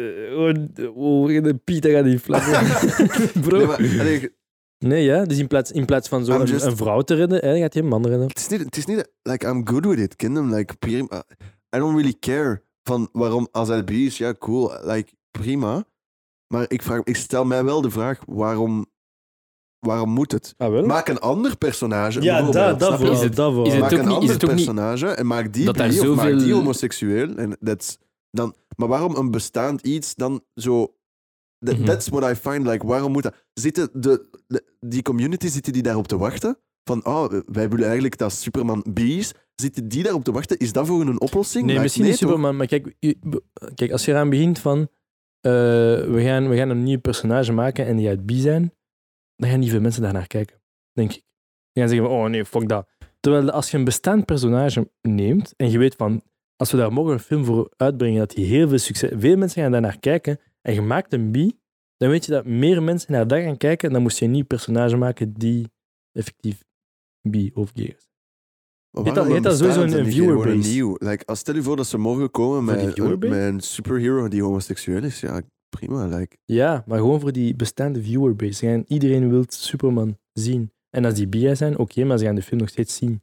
[SPEAKER 1] De Pieter gaat die vlakken. Bro. Nee, ja. Dus in plaats van zo een vrouw te redden, gaat hij een man redden.
[SPEAKER 2] Het is niet like, I'm good with it, kinderen. Like, I don't really care van waarom, als hij bi is, ja, cool. Like, prima. Maar ik stel mij wel de vraag, waarom moet het? Maak een ander personage.
[SPEAKER 1] Ja, dat
[SPEAKER 3] is het
[SPEAKER 2] maak
[SPEAKER 3] ook
[SPEAKER 2] een
[SPEAKER 3] niet,
[SPEAKER 2] ander personage en maak die bi of maak die homoseksueel. En maar waarom een bestaand iets dan zo... That's what I find, like, waarom moet dat... Die community, zitten die daarop te wachten? Van, wij willen eigenlijk dat Superman bi is. Zitten die daarop te wachten? Is dat voor hun een oplossing?
[SPEAKER 1] Nee, misschien niet Superman, maar kijk, als je eraan begint van... we gaan een nieuw personage maken en die gaat bi zijn, dan gaan niet veel mensen daarnaar kijken, denk ik. Die gaan zeggen van, oh nee, fuck dat. Terwijl als je een bestaand personage neemt en je weet van, als we daar morgen een film voor uitbrengen, dat die heel veel succes... Veel mensen gaan daarnaar kijken en je maakt een bi, dan weet je dat meer mensen naar dat gaan kijken en dan moest je een nieuw personage maken die effectief bi of gay is. Je dat sowieso een viewerbase.
[SPEAKER 2] Like, stel je voor dat ze morgen komen met een superhero die homoseksueel is. Ja, prima. Like.
[SPEAKER 1] Ja, maar gewoon voor die bestaande viewerbase. Iedereen wil Superman zien. En als die bi zijn, oké, maar ze gaan de film nog steeds zien.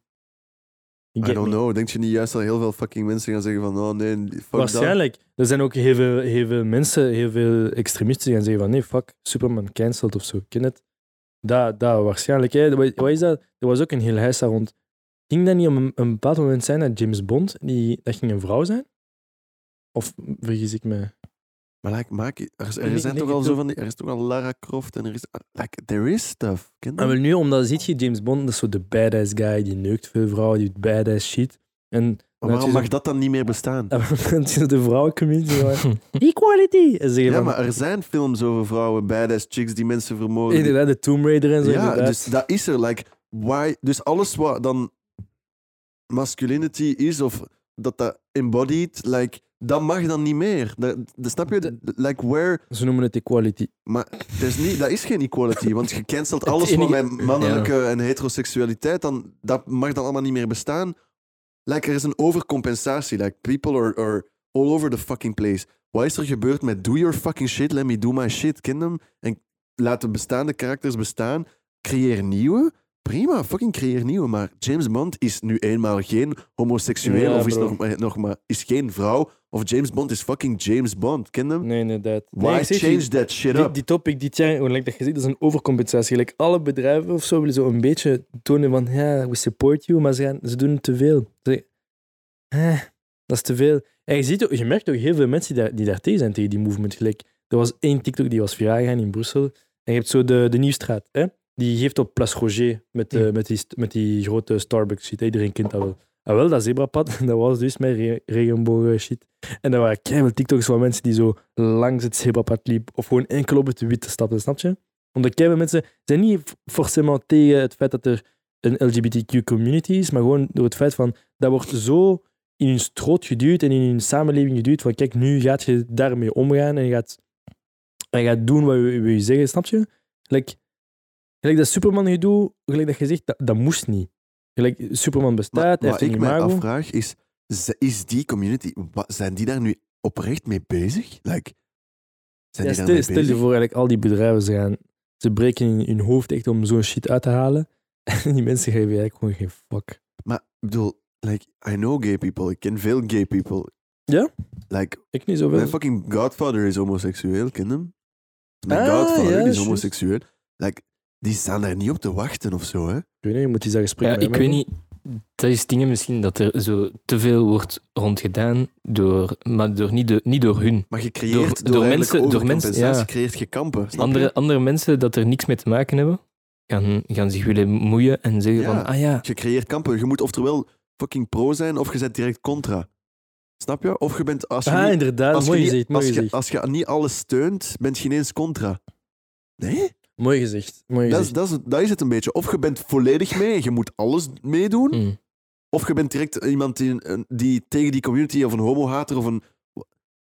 [SPEAKER 2] I don't know. Denk je niet juist dat heel veel fucking mensen gaan zeggen van, oh nee, fuck
[SPEAKER 1] waarschijnlijk. Dat. Er zijn ook heel veel mensen, heel veel extremisten die gaan zeggen van, nee, fuck, Superman cancelled of zo. Ken het? Dat waarschijnlijk. Hè. Wat is dat? Er was ook een heel huis daar rond. Ging dat niet op een bepaald moment zijn dat James Bond, dat ging een vrouw zijn? Of vergis ik me?
[SPEAKER 2] Maar er zijn toch al zo van die... Er is toch al Lara Croft en er is... Like, there is stuff.
[SPEAKER 1] Maar nu, omdat ziet je James Bond, dat is zo de badass guy, die neukt veel vrouwen, die doet badass shit. En
[SPEAKER 2] maar waarom mag dat dan niet meer bestaan?
[SPEAKER 1] De vrouwencommunity. Equality!
[SPEAKER 2] Maar er zijn films over vrouwen, badass chicks die mensen vermoorden.
[SPEAKER 1] Inderdaad, de Tomb Raider en zo.
[SPEAKER 2] Ja,
[SPEAKER 1] inderdaad.
[SPEAKER 2] Dus dat is er. Like, why? Dus alles wat dan masculinity is, of dat embodied, like, dat mag dan niet meer. Snap je? Like, where...
[SPEAKER 1] Ze noemen het equality.
[SPEAKER 2] Maar dat is geen equality, want je cancelt alles wat met mannelijke en heteroseksualiteit, dat mag dan allemaal niet meer bestaan. Like, er is een overcompensatie. Like, people are all over the fucking place. Wat is er gebeurd met do your fucking shit, let me do my shit, kinderen? En laat de bestaande karakters bestaan. Creëer nieuwe. Prima, fucking creëer nieuwe. Maar James Bond is nu eenmaal geen homoseksueel of is nog maar is geen vrouw. Of James Bond is fucking James Bond, kinderen?
[SPEAKER 1] Nee, inderdaad.
[SPEAKER 2] Why change that shit up?
[SPEAKER 1] Die topic dit jaar, like dat je zegt, dat is een overcompensatie. Like, alle bedrijven of zo willen zo een beetje tonen van, ja, we support you, maar ze doen te veel. Dat is te veel. En je merkt ook heel veel mensen die daar tegen zijn, tegen die movement. Gelijk, er was één TikTok die was viraal gegaan in Brussel. En je hebt zo de Nieuwstraat, hè? Die geeft op Place Roger met die grote Starbucks shit. Iedereen kent dat wel. En wel, dat zebrapad, dat was dus met regenbogen shit. En er waren keihard TikToks van mensen die zo langs het zebrapad liepen. Of gewoon enkel op het witte stapten, snap je? Omdat keihard mensen zijn niet forcément tegen het feit dat er een LGBTQ-community is, maar gewoon door het feit van, dat wordt zo in hun stroot geduwd en in hun samenleving geduwd van, kijk, nu gaat je daarmee omgaan en je gaat doen wat we zeggen, snap je? Gelijk dat Superman gedoe, gelijk dat je zegt, dat moest niet. Gelijk Superman bestaat,
[SPEAKER 2] maar ik mij afvraag is die community, zijn die daar nu oprecht mee bezig? Like,
[SPEAKER 1] stel je voor, eigenlijk al die bedrijven ze breken in hun hoofd echt om zo'n shit uit te halen. En die mensen geven eigenlijk gewoon geen fuck.
[SPEAKER 2] Maar ik bedoel, like, I know gay people. Ik ken veel gay people.
[SPEAKER 1] Ja?
[SPEAKER 2] Like,
[SPEAKER 1] ik niet zoveel.
[SPEAKER 2] Mijn fucking godfather is homoseksueel, ken hem? Mijn godfather is homoseksueel. Like, die staan daar niet op te wachten of zo, hè? Ik
[SPEAKER 1] weet niet, je moet die zeggen spreken.
[SPEAKER 3] Ja, ik weet niet. Dat is dingen misschien dat er zo te veel wordt rondgedaan, maar niet door hun.
[SPEAKER 2] Maar je creëert door mensen, ja, creëert je kampen.
[SPEAKER 3] Andere mensen dat er niks mee te maken hebben, gaan zich willen moeien en zeggen van,
[SPEAKER 2] Je creëert kampen. Je moet oftewel fucking pro zijn, of je bent direct contra. Snap je? Of je bent...
[SPEAKER 1] inderdaad.
[SPEAKER 2] Als je niet alles steunt, ben je ineens contra. Nee?
[SPEAKER 1] Mooi gezegd.
[SPEAKER 2] Dat is het een beetje. Of je bent volledig mee, je moet alles meedoen. Of je bent direct iemand die tegen die community, of een homohater, of een...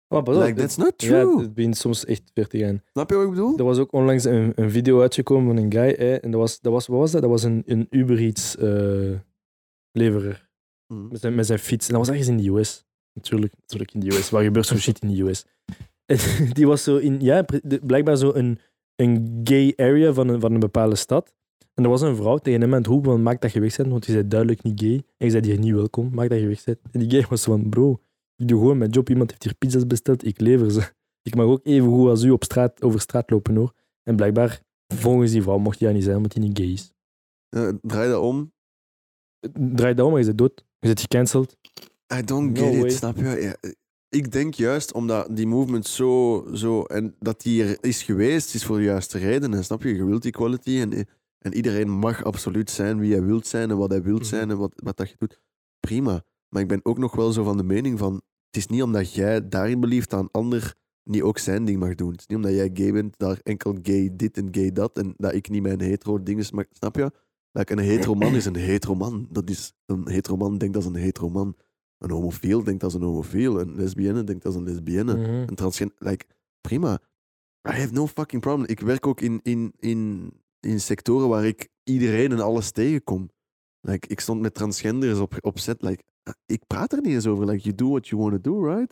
[SPEAKER 1] Maar pas op,
[SPEAKER 2] Like, that's not
[SPEAKER 1] ja,
[SPEAKER 2] true.
[SPEAKER 1] het begint soms echt ver te gaan.
[SPEAKER 2] Snap je wat ik bedoel?
[SPEAKER 1] Er was ook onlangs een video uitgekomen van een guy. En wat was dat? Dat was een Uber Eats leverer. Met zijn fiets. En dat was ergens in de US. Natuurlijk in de US. Waar gebeurt zo'n shit in de US? En die was zo in, blijkbaar zo een gay area van een bepaalde stad. En er was een vrouw tegen hem aan het roepen van maak dat je weg bent, want je bent duidelijk niet gay. En je zei hier niet welkom, maak dat je weg bent. En die gay was zo van, bro, ik doe gewoon mijn job. Iemand heeft hier pizza's besteld, ik lever ze. Ik mag ook even goed als u over straat lopen, hoor. En blijkbaar, volgens die vrouw, mocht hij niet zijn, omdat hij niet gay is.
[SPEAKER 2] Draai dat om.
[SPEAKER 1] Draai dat om, maar je bent dood. Je bent gecanceld.
[SPEAKER 2] I don't
[SPEAKER 1] No
[SPEAKER 2] get it,
[SPEAKER 1] way.
[SPEAKER 2] snap je? Ja, ik denk juist omdat die movement zo en dat die er is geweest, is voor de juiste redenen. Snap je? Je wilt equality en iedereen mag absoluut zijn wie hij wilt zijn en wat hij wilt zijn en wat dat je doet. Prima. Maar ik ben ook nog wel zo van de mening van, het is niet omdat jij daarin belieft dat een ander niet ook zijn ding mag doen. Het is niet omdat jij gay bent, daar enkel gay dit en gay dat en dat ik niet mijn hetero dingen mag. Snap je? Like, een hetero man is een hetero man. Dat is, een hetero man denkt als een hetero man. Een homofiel denkt als een homofiel. Een lesbienne denkt als een lesbienne. Een transgender... Like, prima. I have no fucking problem. Ik werk ook in sectoren waar ik iedereen en alles tegenkom. Like, ik stond met transgenders op set. Like, ik praat er niet eens over. Like, you do what you want to do, right?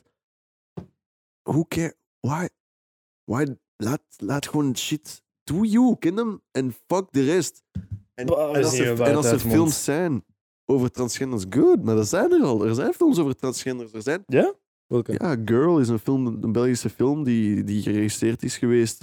[SPEAKER 2] Who care? Why? Laat gewoon shit... Do you, ken hem? En fuck de rest. En als er films zijn over transgenders, good. Maar er zijn er al. Er zijn films over transgenders. Er zijn...
[SPEAKER 1] Ja? Welke?
[SPEAKER 2] Ja, Girl is een Belgische film die geregistreerd is geweest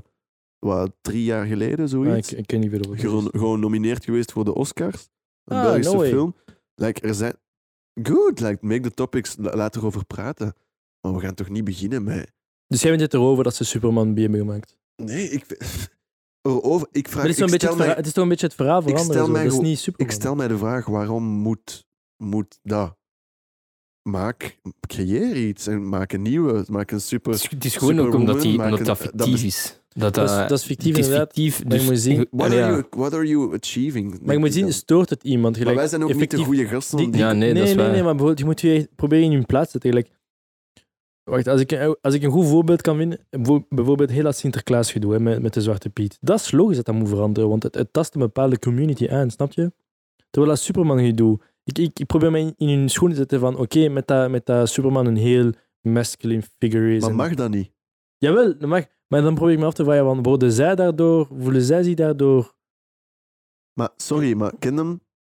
[SPEAKER 2] 3 jaar geleden, zoiets.
[SPEAKER 1] Ik ken niet verder.
[SPEAKER 2] Genomineerd geweest voor de Oscars. Een
[SPEAKER 1] Ah,
[SPEAKER 2] Belgische
[SPEAKER 1] no way.
[SPEAKER 2] film. Like, er zijn... Good, like, make the topics, laat erover praten. Maar we gaan toch niet beginnen met...
[SPEAKER 1] Dus jij bent het erover dat ze Superman B hebben gemaakt?
[SPEAKER 2] Nee, ik vraag...
[SPEAKER 1] Maar het is toch een beetje het verhaal veranderen. Dat is niet Superman.
[SPEAKER 2] Ik stel mij de vraag, waarom moet dat? Creëer iets en maak een nieuwe, maak een super...
[SPEAKER 3] Het is gewoon ook omdat dat fictief is. Dat
[SPEAKER 1] is fictief,
[SPEAKER 3] het is
[SPEAKER 1] inderdaad.
[SPEAKER 3] fictief.
[SPEAKER 1] Maar je moet zien...
[SPEAKER 2] What are you achieving?
[SPEAKER 1] Maar je moet zien, stoort het iemand?
[SPEAKER 2] Maar wij zijn ook niet de goede gasten.
[SPEAKER 3] Nee, dat is waar.
[SPEAKER 1] Nee, maar bijvoorbeeld, je moet je proberen in je plaats te zetten. Wacht, als ik een goed voorbeeld kan vinden, bijvoorbeeld heel dat Sinterklaas gedoe met de Zwarte Piet. Dat is logisch dat moet veranderen, want het tast een bepaalde community aan, snap je? Terwijl dat Superman gedoe, ik probeer me in hun schoenen te zetten van oké, met dat Superman een heel masculine figure is.
[SPEAKER 2] Maar mag dat niet?
[SPEAKER 1] Jawel, dat mag. Maar dan probeer ik me af te vragen, voelen zij zich daardoor...
[SPEAKER 2] Maar sorry, maar ken hem?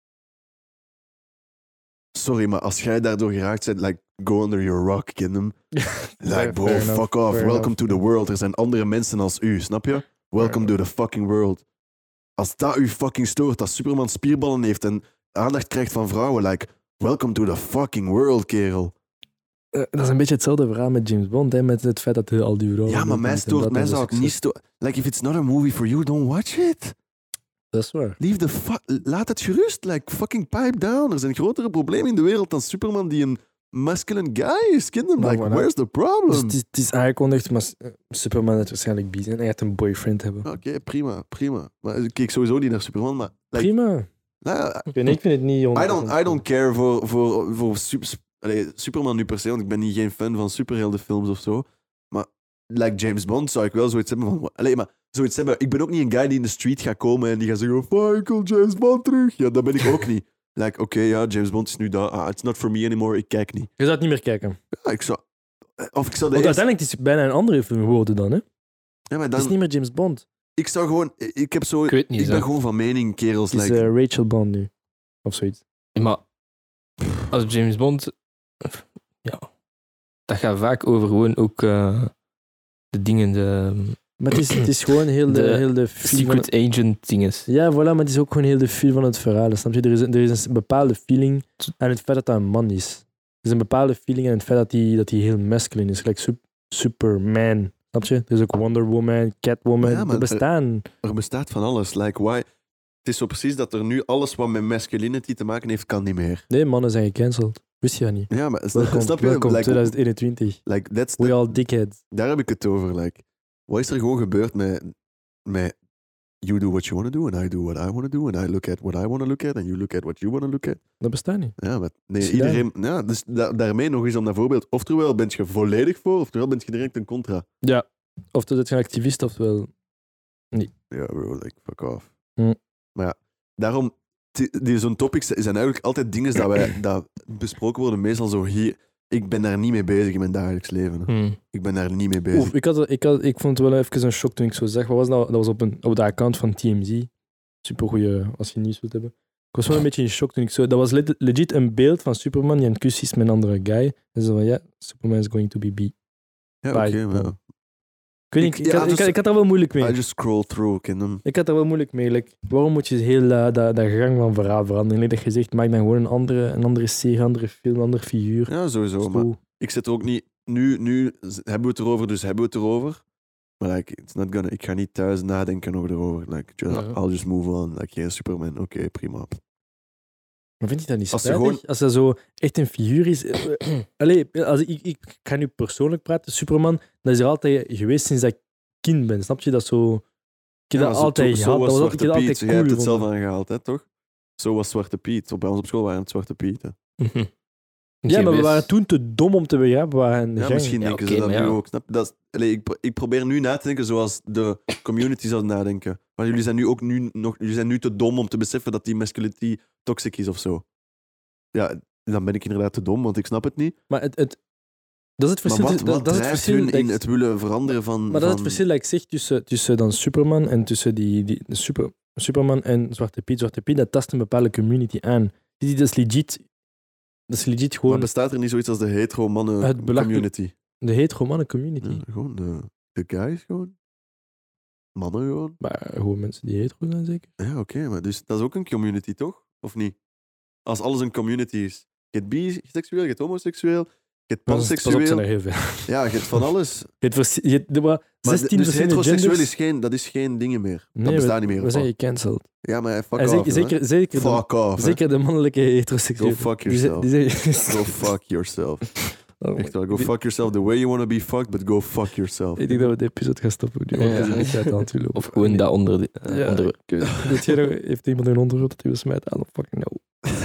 [SPEAKER 2] Sorry, maar als jij daardoor geraakt bent, like, go under your rock, ken hem? Like, bro, fuck off. Welcome to the world. Er zijn andere mensen als u, snap je? Welcome to the fucking world. Als dat u fucking stoort, als Superman spierballen heeft en aandacht krijgt van vrouwen, like, welcome to the fucking world, kerel.
[SPEAKER 1] Dat is een beetje hetzelfde verhaal met James Bond, hè, met het feit dat hij al die vrouwen...
[SPEAKER 2] Ja, maar mij zou het niet storen. Like, if it's not a movie for you, don't watch it.
[SPEAKER 1] Dat is waar.
[SPEAKER 2] Laat het gerust. Like, fucking pipe down. Er zijn grotere problemen in de wereld dan Superman die een masculine guy is. Kinderen, like, where's the problem?
[SPEAKER 1] Dus het is aangekondigd, maar Superman gaat waarschijnlijk bi zijn. Hij gaat een boyfriend hebben.
[SPEAKER 2] Oké, prima. Maar ik keek sowieso niet naar Superman, maar... Like,
[SPEAKER 1] prima.
[SPEAKER 2] Nou,
[SPEAKER 1] ik vind het niet...
[SPEAKER 2] I don't care voor Superman nu per se, want ik ben niet geen fan van superheldenfilms of zo. Maar like James Bond zou ik wel zoiets hebben van... zoiets hebben. Ik ben ook niet een guy die in de street gaat komen en die gaat zeggen fuck, ik wil James Bond terug. Ja, dat ben ik ook niet. Like, oké, ja, James Bond is nu daar. It's not for me anymore, ik kijk niet.
[SPEAKER 1] Je zou het niet meer kijken.
[SPEAKER 2] Ja, ik zou... Want
[SPEAKER 1] uiteindelijk is het bijna een andere film geworden dan, hè?
[SPEAKER 2] Ja, maar dan...
[SPEAKER 1] Het is niet meer James Bond.
[SPEAKER 2] Ik zou gewoon... Ik ben gewoon van mening, kerels.
[SPEAKER 1] Het is Rachel Bond nu. Of zoiets.
[SPEAKER 3] Maar als James Bond... Ja. Dat gaat vaak over gewoon ook de dingen...
[SPEAKER 1] Maar het is gewoon heel de
[SPEAKER 3] secret agent dinges.
[SPEAKER 1] Ja, voilà, maar het is ook gewoon heel de feel van het verhaal. Snap je? Er is een bepaalde feeling aan het feit dat dat een man is. Er is een bepaalde feeling aan het feit dat hij heel masculine is. Gelijk Superman. Snap je? Er is ook Wonder Woman, Catwoman. Ja, er bestaan.
[SPEAKER 2] Er bestaat van alles. Like, why? Het is zo precies dat er nu alles wat met masculinity te maken heeft, kan niet meer.
[SPEAKER 1] Nee, mannen zijn gecanceld. Wist je dat niet?
[SPEAKER 2] Ja, maar
[SPEAKER 1] snap je? Welkom, 2021.
[SPEAKER 2] Like,
[SPEAKER 1] we all dickheads.
[SPEAKER 2] Daar heb ik het over. Like, wat is er gewoon gebeurd met you do what you want to do, and I do what I want to do, and I look at what I want to look at, and you look at what you want to look at.
[SPEAKER 1] Dat bestaat niet.
[SPEAKER 2] Ja, maar nee,
[SPEAKER 1] Zie je
[SPEAKER 2] iedereen... Ja, dus daarmee nog eens om dat voorbeeld. Oftewel ben je volledig voor, oftewel ben je direct een contra.
[SPEAKER 1] Ja. Of dat je een activist, ofwel...
[SPEAKER 2] Ja, bro, like, fuck off.
[SPEAKER 1] Hm.
[SPEAKER 2] Maar ja, daarom... Zo'n topics zijn eigenlijk altijd dingen dat besproken worden, meestal zo hier... Ik ben daar niet mee bezig in mijn dagelijks leven. Hè. Ik ben daar niet mee bezig.
[SPEAKER 1] Oef, ik vond het wel even een shock toen ik zo zeg. Wat was dat? Dat was op de account van TMZ. Supergoeie, als je nieuws wilt hebben. Ik was wel een beetje in shock toen ik zo... Dat was legit een beeld van Superman die aan het kussen is met een andere guy. En zo van, ja, Superman is going to be B.
[SPEAKER 2] Ja, oké, maar...
[SPEAKER 1] Ik weet niet, ik had daar wel moeilijk mee.
[SPEAKER 2] I just scroll through, ken hem.
[SPEAKER 1] Ik had daar wel moeilijk mee. Like, waarom moet je heel dat gang van verhaal veranderen? Like dat je zegt, maak dan gewoon een andere serie, een andere film, een andere figuur.
[SPEAKER 2] Ja, sowieso. Maar ik zit er ook niet... Nu hebben we het erover, dus hebben we het erover. Maar like, it's not gonna... Ik ga niet thuis nadenken over erover. Like, I'll just move on. Like, yeah, Superman, oké, prima.
[SPEAKER 1] Maar vind je dat niet
[SPEAKER 2] Als
[SPEAKER 1] spijtig? Als dat zo echt een figuur is... Allee, ik ga nu persoonlijk praten. Superman, dat is er altijd geweest sinds dat ik kind ben. Snap je? Dat zo... Ik heb dat altijd gehad.
[SPEAKER 2] Zo was Zwarte Piet.
[SPEAKER 1] Cool,
[SPEAKER 2] Jij hebt het zelf aangehaald, hè, toch? Zo was Zwarte Piet. Bij ons op school waren het Zwarte Pieten.
[SPEAKER 1] Ja, maar we waren toen te dom om te begrijpen waar
[SPEAKER 2] ja, misschien denken ze dat nu ook. Snap? Dat is, ik probeer nu na te denken zoals de community zou nadenken. Maar jullie zijn nu ook jullie zijn nu te dom om te beseffen dat die masculinity toxic is of zo. Ja, dan ben ik inderdaad te dom, want ik snap het niet.
[SPEAKER 1] Maar dat is het verschil.
[SPEAKER 2] Maar wat
[SPEAKER 1] dat
[SPEAKER 2] drijft hun in het willen veranderen van...
[SPEAKER 1] Maar dat is het verschil dat ik zeg tussen dan Superman en tussen Superman en Zwarte Piet. Zwarte Piet, dat tast een bepaalde community aan. Dat is legit gewoon...
[SPEAKER 2] Maar bestaat er niet zoiets als de hetero-mannen community?
[SPEAKER 1] De hetero-mannen community?
[SPEAKER 2] Ja, gewoon de guys gewoon. Mannen gewoon.
[SPEAKER 1] Maar gewoon mensen die hetero zijn, zeker?
[SPEAKER 2] Ja, oké, maar dus dat is ook een community, toch? Of niet? Als alles een community is. Je hebt biseksueel, je hebt homoseksueel, je hebt panseksueel.
[SPEAKER 1] Pas op, zijn er heel veel.
[SPEAKER 2] Ja, je hebt van alles.
[SPEAKER 1] Maar 16%
[SPEAKER 2] dus heteroseksueel
[SPEAKER 1] genders...
[SPEAKER 2] is geen dingen meer.
[SPEAKER 1] Nee,
[SPEAKER 2] dat bestaat niet meer.
[SPEAKER 1] We zijn gecanceld.
[SPEAKER 2] Ja, maar fuck off.
[SPEAKER 1] Zeker de mannelijke heteroseksueel.
[SPEAKER 2] Go fuck yourself. Go fuck yourself. Echt wel, go fuck yourself the way you want to be fucked, but go fuck yourself.
[SPEAKER 1] Ik denk dat we de episode gaan stoppen. Nu, want dat is niet uit de hand lopen.
[SPEAKER 3] Of gewoon dat onderwerp.
[SPEAKER 1] Heeft iemand een onderwerp dat hij wil smijten? I don't fucking know.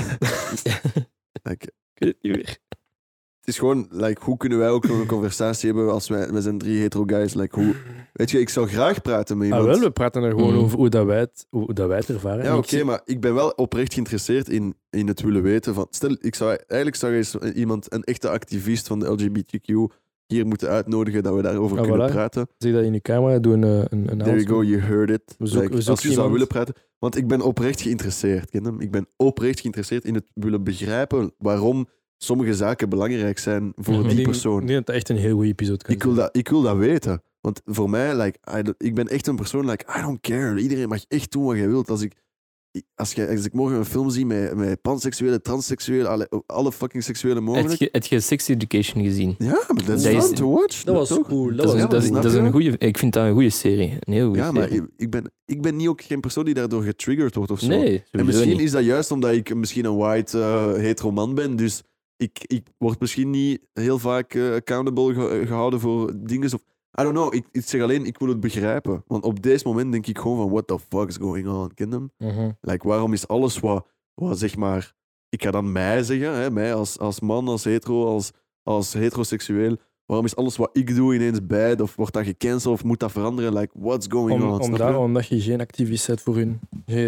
[SPEAKER 2] Ik
[SPEAKER 1] weet het niet meer.
[SPEAKER 2] Het is gewoon, hoe kunnen wij ook een conversatie hebben als wij zijn 3 hetero guys? Weet je, ik zou graag praten met iemand.
[SPEAKER 1] Wel, we praten er gewoon over hoe dat wij het ervaren.
[SPEAKER 2] Ja, oké, maar ik ben wel oprecht geïnteresseerd in het willen weten van... Stel, eigenlijk zou je eens een echte activist van de LGBTQ hier moeten uitnodigen dat we daarover kunnen praten.
[SPEAKER 1] Zeg dat in je camera, doe een
[SPEAKER 2] There you go, you heard it.
[SPEAKER 1] We zoeken
[SPEAKER 2] als je zou willen praten. Want ik ben oprecht geïnteresseerd, ken hem? Ik ben oprecht geïnteresseerd in het willen begrijpen waarom sommige zaken belangrijk zijn voor die persoon.
[SPEAKER 1] Ik denk dat het echt een heel goede episode kan zijn.
[SPEAKER 2] Ik wil dat weten. Want voor mij, ik ben echt een persoon, I don't care. Iedereen mag echt doen wat jij wilt. Als ik morgen een film zie met panseksuele, transseksuele, alle fucking seksuele mogelijk.
[SPEAKER 3] Heb je Sex Education gezien?
[SPEAKER 2] Ja, maar dat is fun to watch.
[SPEAKER 1] Dat was cool.
[SPEAKER 3] Dat is een goede... Ik vind dat een goede serie. Een heel goede serie.
[SPEAKER 2] Maar ik ben niet ook geen persoon die daardoor getriggerd wordt of zo.
[SPEAKER 3] Nee,
[SPEAKER 2] en misschien
[SPEAKER 3] niet.
[SPEAKER 2] is dat juist omdat ik misschien een white hetero man ben, dus ik word misschien niet heel vaak accountable gehouden voor dingen of... I don't know, ik zeg alleen, ik wil het begrijpen. Want op deze moment denk ik gewoon van, what the fuck is going on? Ken hem? Waarom is alles wat zeg maar... Ik ga dan mij zeggen, hè, mij als man, als hetero, als heteroseksueel. Waarom is alles wat ik doe ineens bad? Of wordt dat gecanceld? Of moet dat veranderen? What's going on?
[SPEAKER 1] Omdat je geen activist bent voor hun.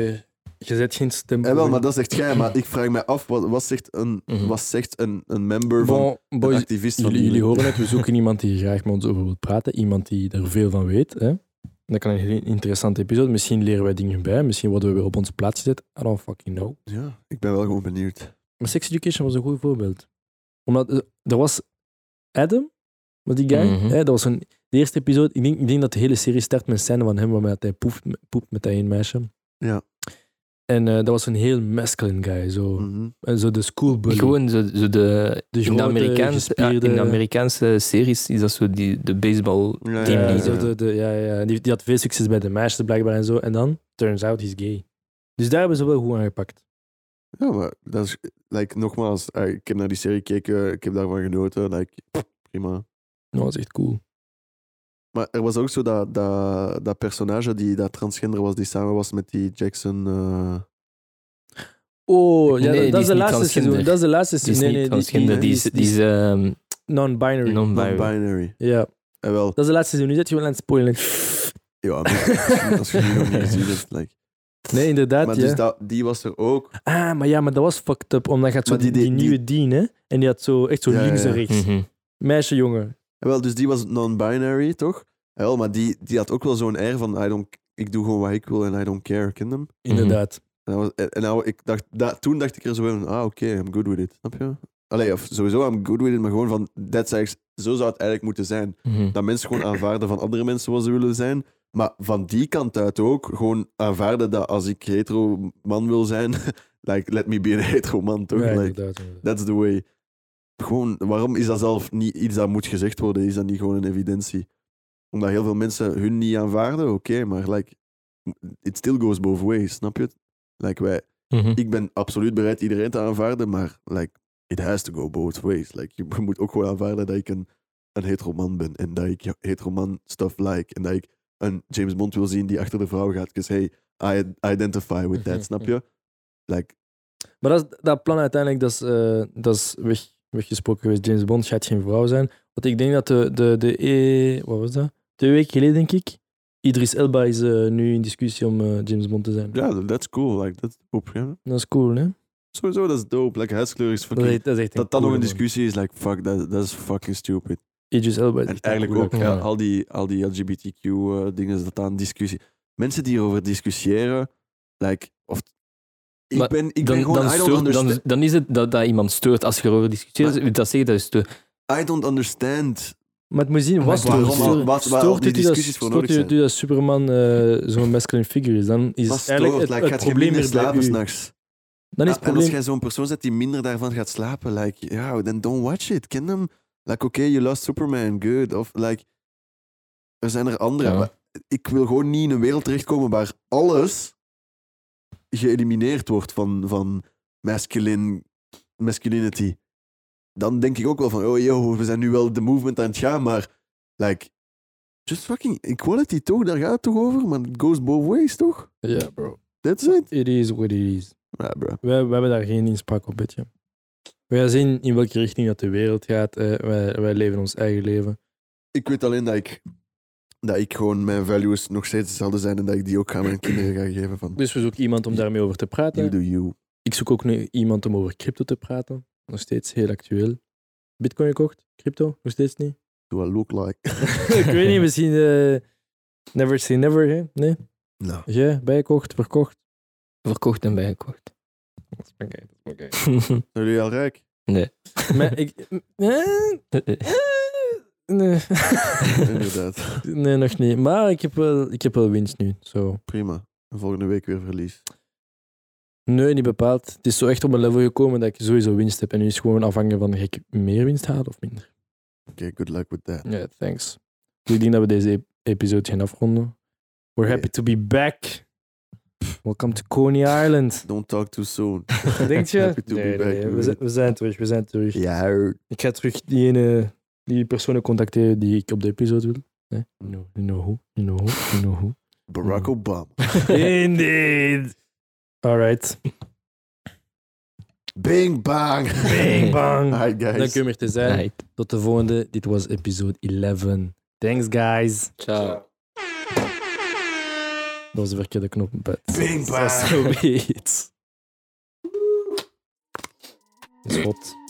[SPEAKER 1] Je zet geen stem.
[SPEAKER 2] Wel, maar dat zegt jij. Maar ik vraag me af, wat zegt een member van een activist van
[SPEAKER 1] jullie horen het, we zoeken iemand die graag met ons over wil praten. Iemand die er veel van weet. Hè? Dat kan een heel interessante episode. Misschien leren wij dingen bij. Misschien worden we weer op onze plaats gezet. I don't fucking know.
[SPEAKER 2] Ja, ik ben wel gewoon benieuwd.
[SPEAKER 1] Maar Sex Education was een goed voorbeeld. Omdat er was Adam, was die guy. Hè? Dat was de eerste episode. Ik denk dat de hele serie start met een scène van hem waarbij hij poept met dat één meisje.
[SPEAKER 2] Ja.
[SPEAKER 1] En dat was een heel masculine guy. Zo de schoolbully.
[SPEAKER 3] Gewoon in de Amerikaanse series is dat zo de baseball team.
[SPEAKER 1] Die had veel succes bij de meisjes blijkbaar en zo. En dan, turns out, he's gay. Dus daar hebben ze wel goed aangepakt.
[SPEAKER 2] Ja, maar dat is, nogmaals, ik heb naar die serie gekeken, ik heb daarvan genoten. Prima.
[SPEAKER 1] Dat was echt cool.
[SPEAKER 2] Maar er was ook zo dat personage dat transgender was, die samen was met die Jackson.
[SPEAKER 1] Oh, ja,
[SPEAKER 3] Nee,
[SPEAKER 1] dat is de
[SPEAKER 3] die
[SPEAKER 1] laatste
[SPEAKER 3] is niet
[SPEAKER 1] seizoen. Dat is de laatste
[SPEAKER 3] Die is
[SPEAKER 1] seizoen.
[SPEAKER 3] niet transgender, die is
[SPEAKER 1] non-binary.
[SPEAKER 3] non-binary.
[SPEAKER 2] Non-binary.
[SPEAKER 1] Ja,
[SPEAKER 2] Wel,
[SPEAKER 1] dat is de laatste seizoen. Nu zit je wel aan het spoilen.
[SPEAKER 2] ja, maar als je die nog niet gezien hebt. Like.
[SPEAKER 1] Nee, inderdaad,
[SPEAKER 2] Maar
[SPEAKER 1] ja.
[SPEAKER 2] dus die was er ook.
[SPEAKER 1] Maar dat was fucked up. Omdat je had zo
[SPEAKER 2] Maar
[SPEAKER 1] die nieuwe Dean, hè. En die had zo echt zo
[SPEAKER 2] Ja,
[SPEAKER 1] links en
[SPEAKER 2] ja.
[SPEAKER 1] rechts.
[SPEAKER 3] Mhm.
[SPEAKER 1] Meisje, jongen.
[SPEAKER 2] Wel, dus die was non-binary, toch? Wel, maar die had ook wel zo'n air van ik doe gewoon wat ik wil en I don't care. Ken je hem?
[SPEAKER 1] Inderdaad.
[SPEAKER 2] Toen dacht ik er zo van, oké, I'm good with it. Snap je? Allee, of sowieso, I'm good with it, maar gewoon van, zo zou het eigenlijk moeten zijn.
[SPEAKER 3] Mhm.
[SPEAKER 2] Dat mensen gewoon aanvaarden van andere mensen wat ze willen zijn. Maar van die kant uit ook, gewoon aanvaarden dat als ik hetero man wil zijn, like, let me be een hetero man, toch?
[SPEAKER 1] Ja,
[SPEAKER 2] Like,
[SPEAKER 1] inderdaad.
[SPEAKER 2] that's the way. Gewoon, waarom is dat zelf niet iets dat moet gezegd worden? Is dat niet gewoon een evidentie? Omdat heel veel mensen hun niet aanvaarden, oké, maar like, it still goes both ways, snap je het? Like,
[SPEAKER 3] Mhm.
[SPEAKER 2] ik ben absoluut bereid iedereen te aanvaarden, maar like, it has to go both ways. Like, je moet ook gewoon aanvaarden dat ik een hetero man ben en dat ik hetero man stuff like en dat ik een James Bond wil zien die achter de vrouw gaat. Because hey, I identify with that, snap je? Like,
[SPEAKER 1] Maar dat plan uiteindelijk, dat is weggesproken geweest. James Bond gaat geen vrouw zijn. Want ik denk dat wat was dat? 2 weken geleden, denk ik. Idris Elba is nu in discussie om James Bond te zijn.
[SPEAKER 2] ja, that's cool. Like, that's dope. Ja.
[SPEAKER 1] Dat is cool, hè?
[SPEAKER 2] Sowieso, dat is dope. Like, huidskleur is fucking...
[SPEAKER 1] Dat is echt
[SPEAKER 2] Dat dan nog een discussie is, like, fuck, dat is fucking stupid.
[SPEAKER 1] Idris Elba is
[SPEAKER 2] En
[SPEAKER 1] echt een
[SPEAKER 2] eigenlijk ook,
[SPEAKER 1] coole
[SPEAKER 3] ja.
[SPEAKER 2] al die LGBTQ-dingen, dat aan discussie... Mensen die erover discussiëren, like...
[SPEAKER 3] Maar
[SPEAKER 2] Ik ben gewoon...
[SPEAKER 3] Dan,
[SPEAKER 2] I don't
[SPEAKER 3] stoort,
[SPEAKER 2] understand...
[SPEAKER 3] dan is het dat iemand stoort als je erover discussieert. Dat zeg je, dat is stoort.
[SPEAKER 2] I don't understand...
[SPEAKER 1] Maar het moet zien,
[SPEAKER 3] Maar
[SPEAKER 1] wat
[SPEAKER 3] waarom
[SPEAKER 1] stoort
[SPEAKER 3] al-
[SPEAKER 2] wat
[SPEAKER 1] stoort
[SPEAKER 2] die
[SPEAKER 1] het u
[SPEAKER 2] discussies voor nodig zijn?
[SPEAKER 1] dat Superman zo'n masculine figure is? Dan is
[SPEAKER 2] Wat
[SPEAKER 1] eigenlijk
[SPEAKER 2] stoort?
[SPEAKER 1] het
[SPEAKER 2] Gaat je
[SPEAKER 1] probleem
[SPEAKER 2] minder
[SPEAKER 1] weer bij
[SPEAKER 2] slapen
[SPEAKER 1] u.
[SPEAKER 2] s'nachts?
[SPEAKER 1] Dan is het
[SPEAKER 2] En als
[SPEAKER 1] probleem...
[SPEAKER 2] jij zo'n persoon bent die minder daarvan gaat slapen, like, ja, then don't watch it. Ken hem. Like, oké, you lost Superman, good. Of, like, er zijn er andere.
[SPEAKER 3] Ja.
[SPEAKER 2] Maar ik wil gewoon niet in een wereld terechtkomen waar alles geëlimineerd wordt van masculinity. Dan denk ik ook wel van, oh yo, we zijn nu wel de movement aan het gaan, maar, like, just fucking equality, toch? Daar gaat het toch over? Maar it goes both ways, toch?
[SPEAKER 1] Ja, bro.
[SPEAKER 2] That's it.
[SPEAKER 1] It is what it is.
[SPEAKER 2] Ja, bro.
[SPEAKER 1] We hebben daar geen inspraak op, weet je. We gaan zien in welke richting dat de wereld gaat. Wij leven ons eigen leven.
[SPEAKER 2] Ik weet alleen dat ik gewoon mijn values nog steeds hetzelfde zijn en dat ik die ook aan mijn kinderen ga geven. Van,
[SPEAKER 1] Dus we zoeken iemand om daarmee over te praten.
[SPEAKER 2] you do you.
[SPEAKER 1] Ik zoek ook nu iemand om over crypto te praten. Nog steeds heel actueel. Bitcoin gekocht? Crypto? Nog steeds niet?
[SPEAKER 2] Do I look like?
[SPEAKER 1] Ik weet niet, misschien never say never, hè? Nee?
[SPEAKER 2] Nou,
[SPEAKER 1] Ja, bijgekocht, verkocht.
[SPEAKER 3] Verkocht en bijgekocht.
[SPEAKER 1] Dat is oké.
[SPEAKER 2] zijn jullie al rijk?
[SPEAKER 3] Nee.
[SPEAKER 1] Maar ik... Nee.
[SPEAKER 2] Inderdaad.
[SPEAKER 1] Nee, nog niet. Maar ik heb wel winst nu. Zo.
[SPEAKER 2] Prima. En volgende week weer verlies.
[SPEAKER 1] Nee, niet bepaald. Het is zo echt op een level gekomen dat ik sowieso winst heb. En nu is het gewoon afhangen van, ga ik meer winst halen of minder?
[SPEAKER 2] Oké, good luck with that.
[SPEAKER 1] Ja, thanks. Dus ik denk dat we deze episode gaan afronden. We're happy to be back. Welcome to Coney Island.
[SPEAKER 2] Don't talk too soon.
[SPEAKER 1] Denk je?
[SPEAKER 2] Happy to be back.
[SPEAKER 1] We zijn terug.
[SPEAKER 2] Ja.
[SPEAKER 1] Ik ga terug die personen contacteren die ik op de episode wil. Nee? You know who.
[SPEAKER 2] Barack Obama.
[SPEAKER 1] Indeed. Alright.
[SPEAKER 2] Bing bang.
[SPEAKER 1] Bang bang.
[SPEAKER 2] Hi guys.
[SPEAKER 1] Dank u om er te zijn.
[SPEAKER 3] Nee.
[SPEAKER 1] Tot de volgende. Dit was episode 11. Thanks guys.
[SPEAKER 3] Ciao.
[SPEAKER 1] Dat was de verkeerde knop.
[SPEAKER 2] Bing bang.
[SPEAKER 1] Zoiets. Is hot.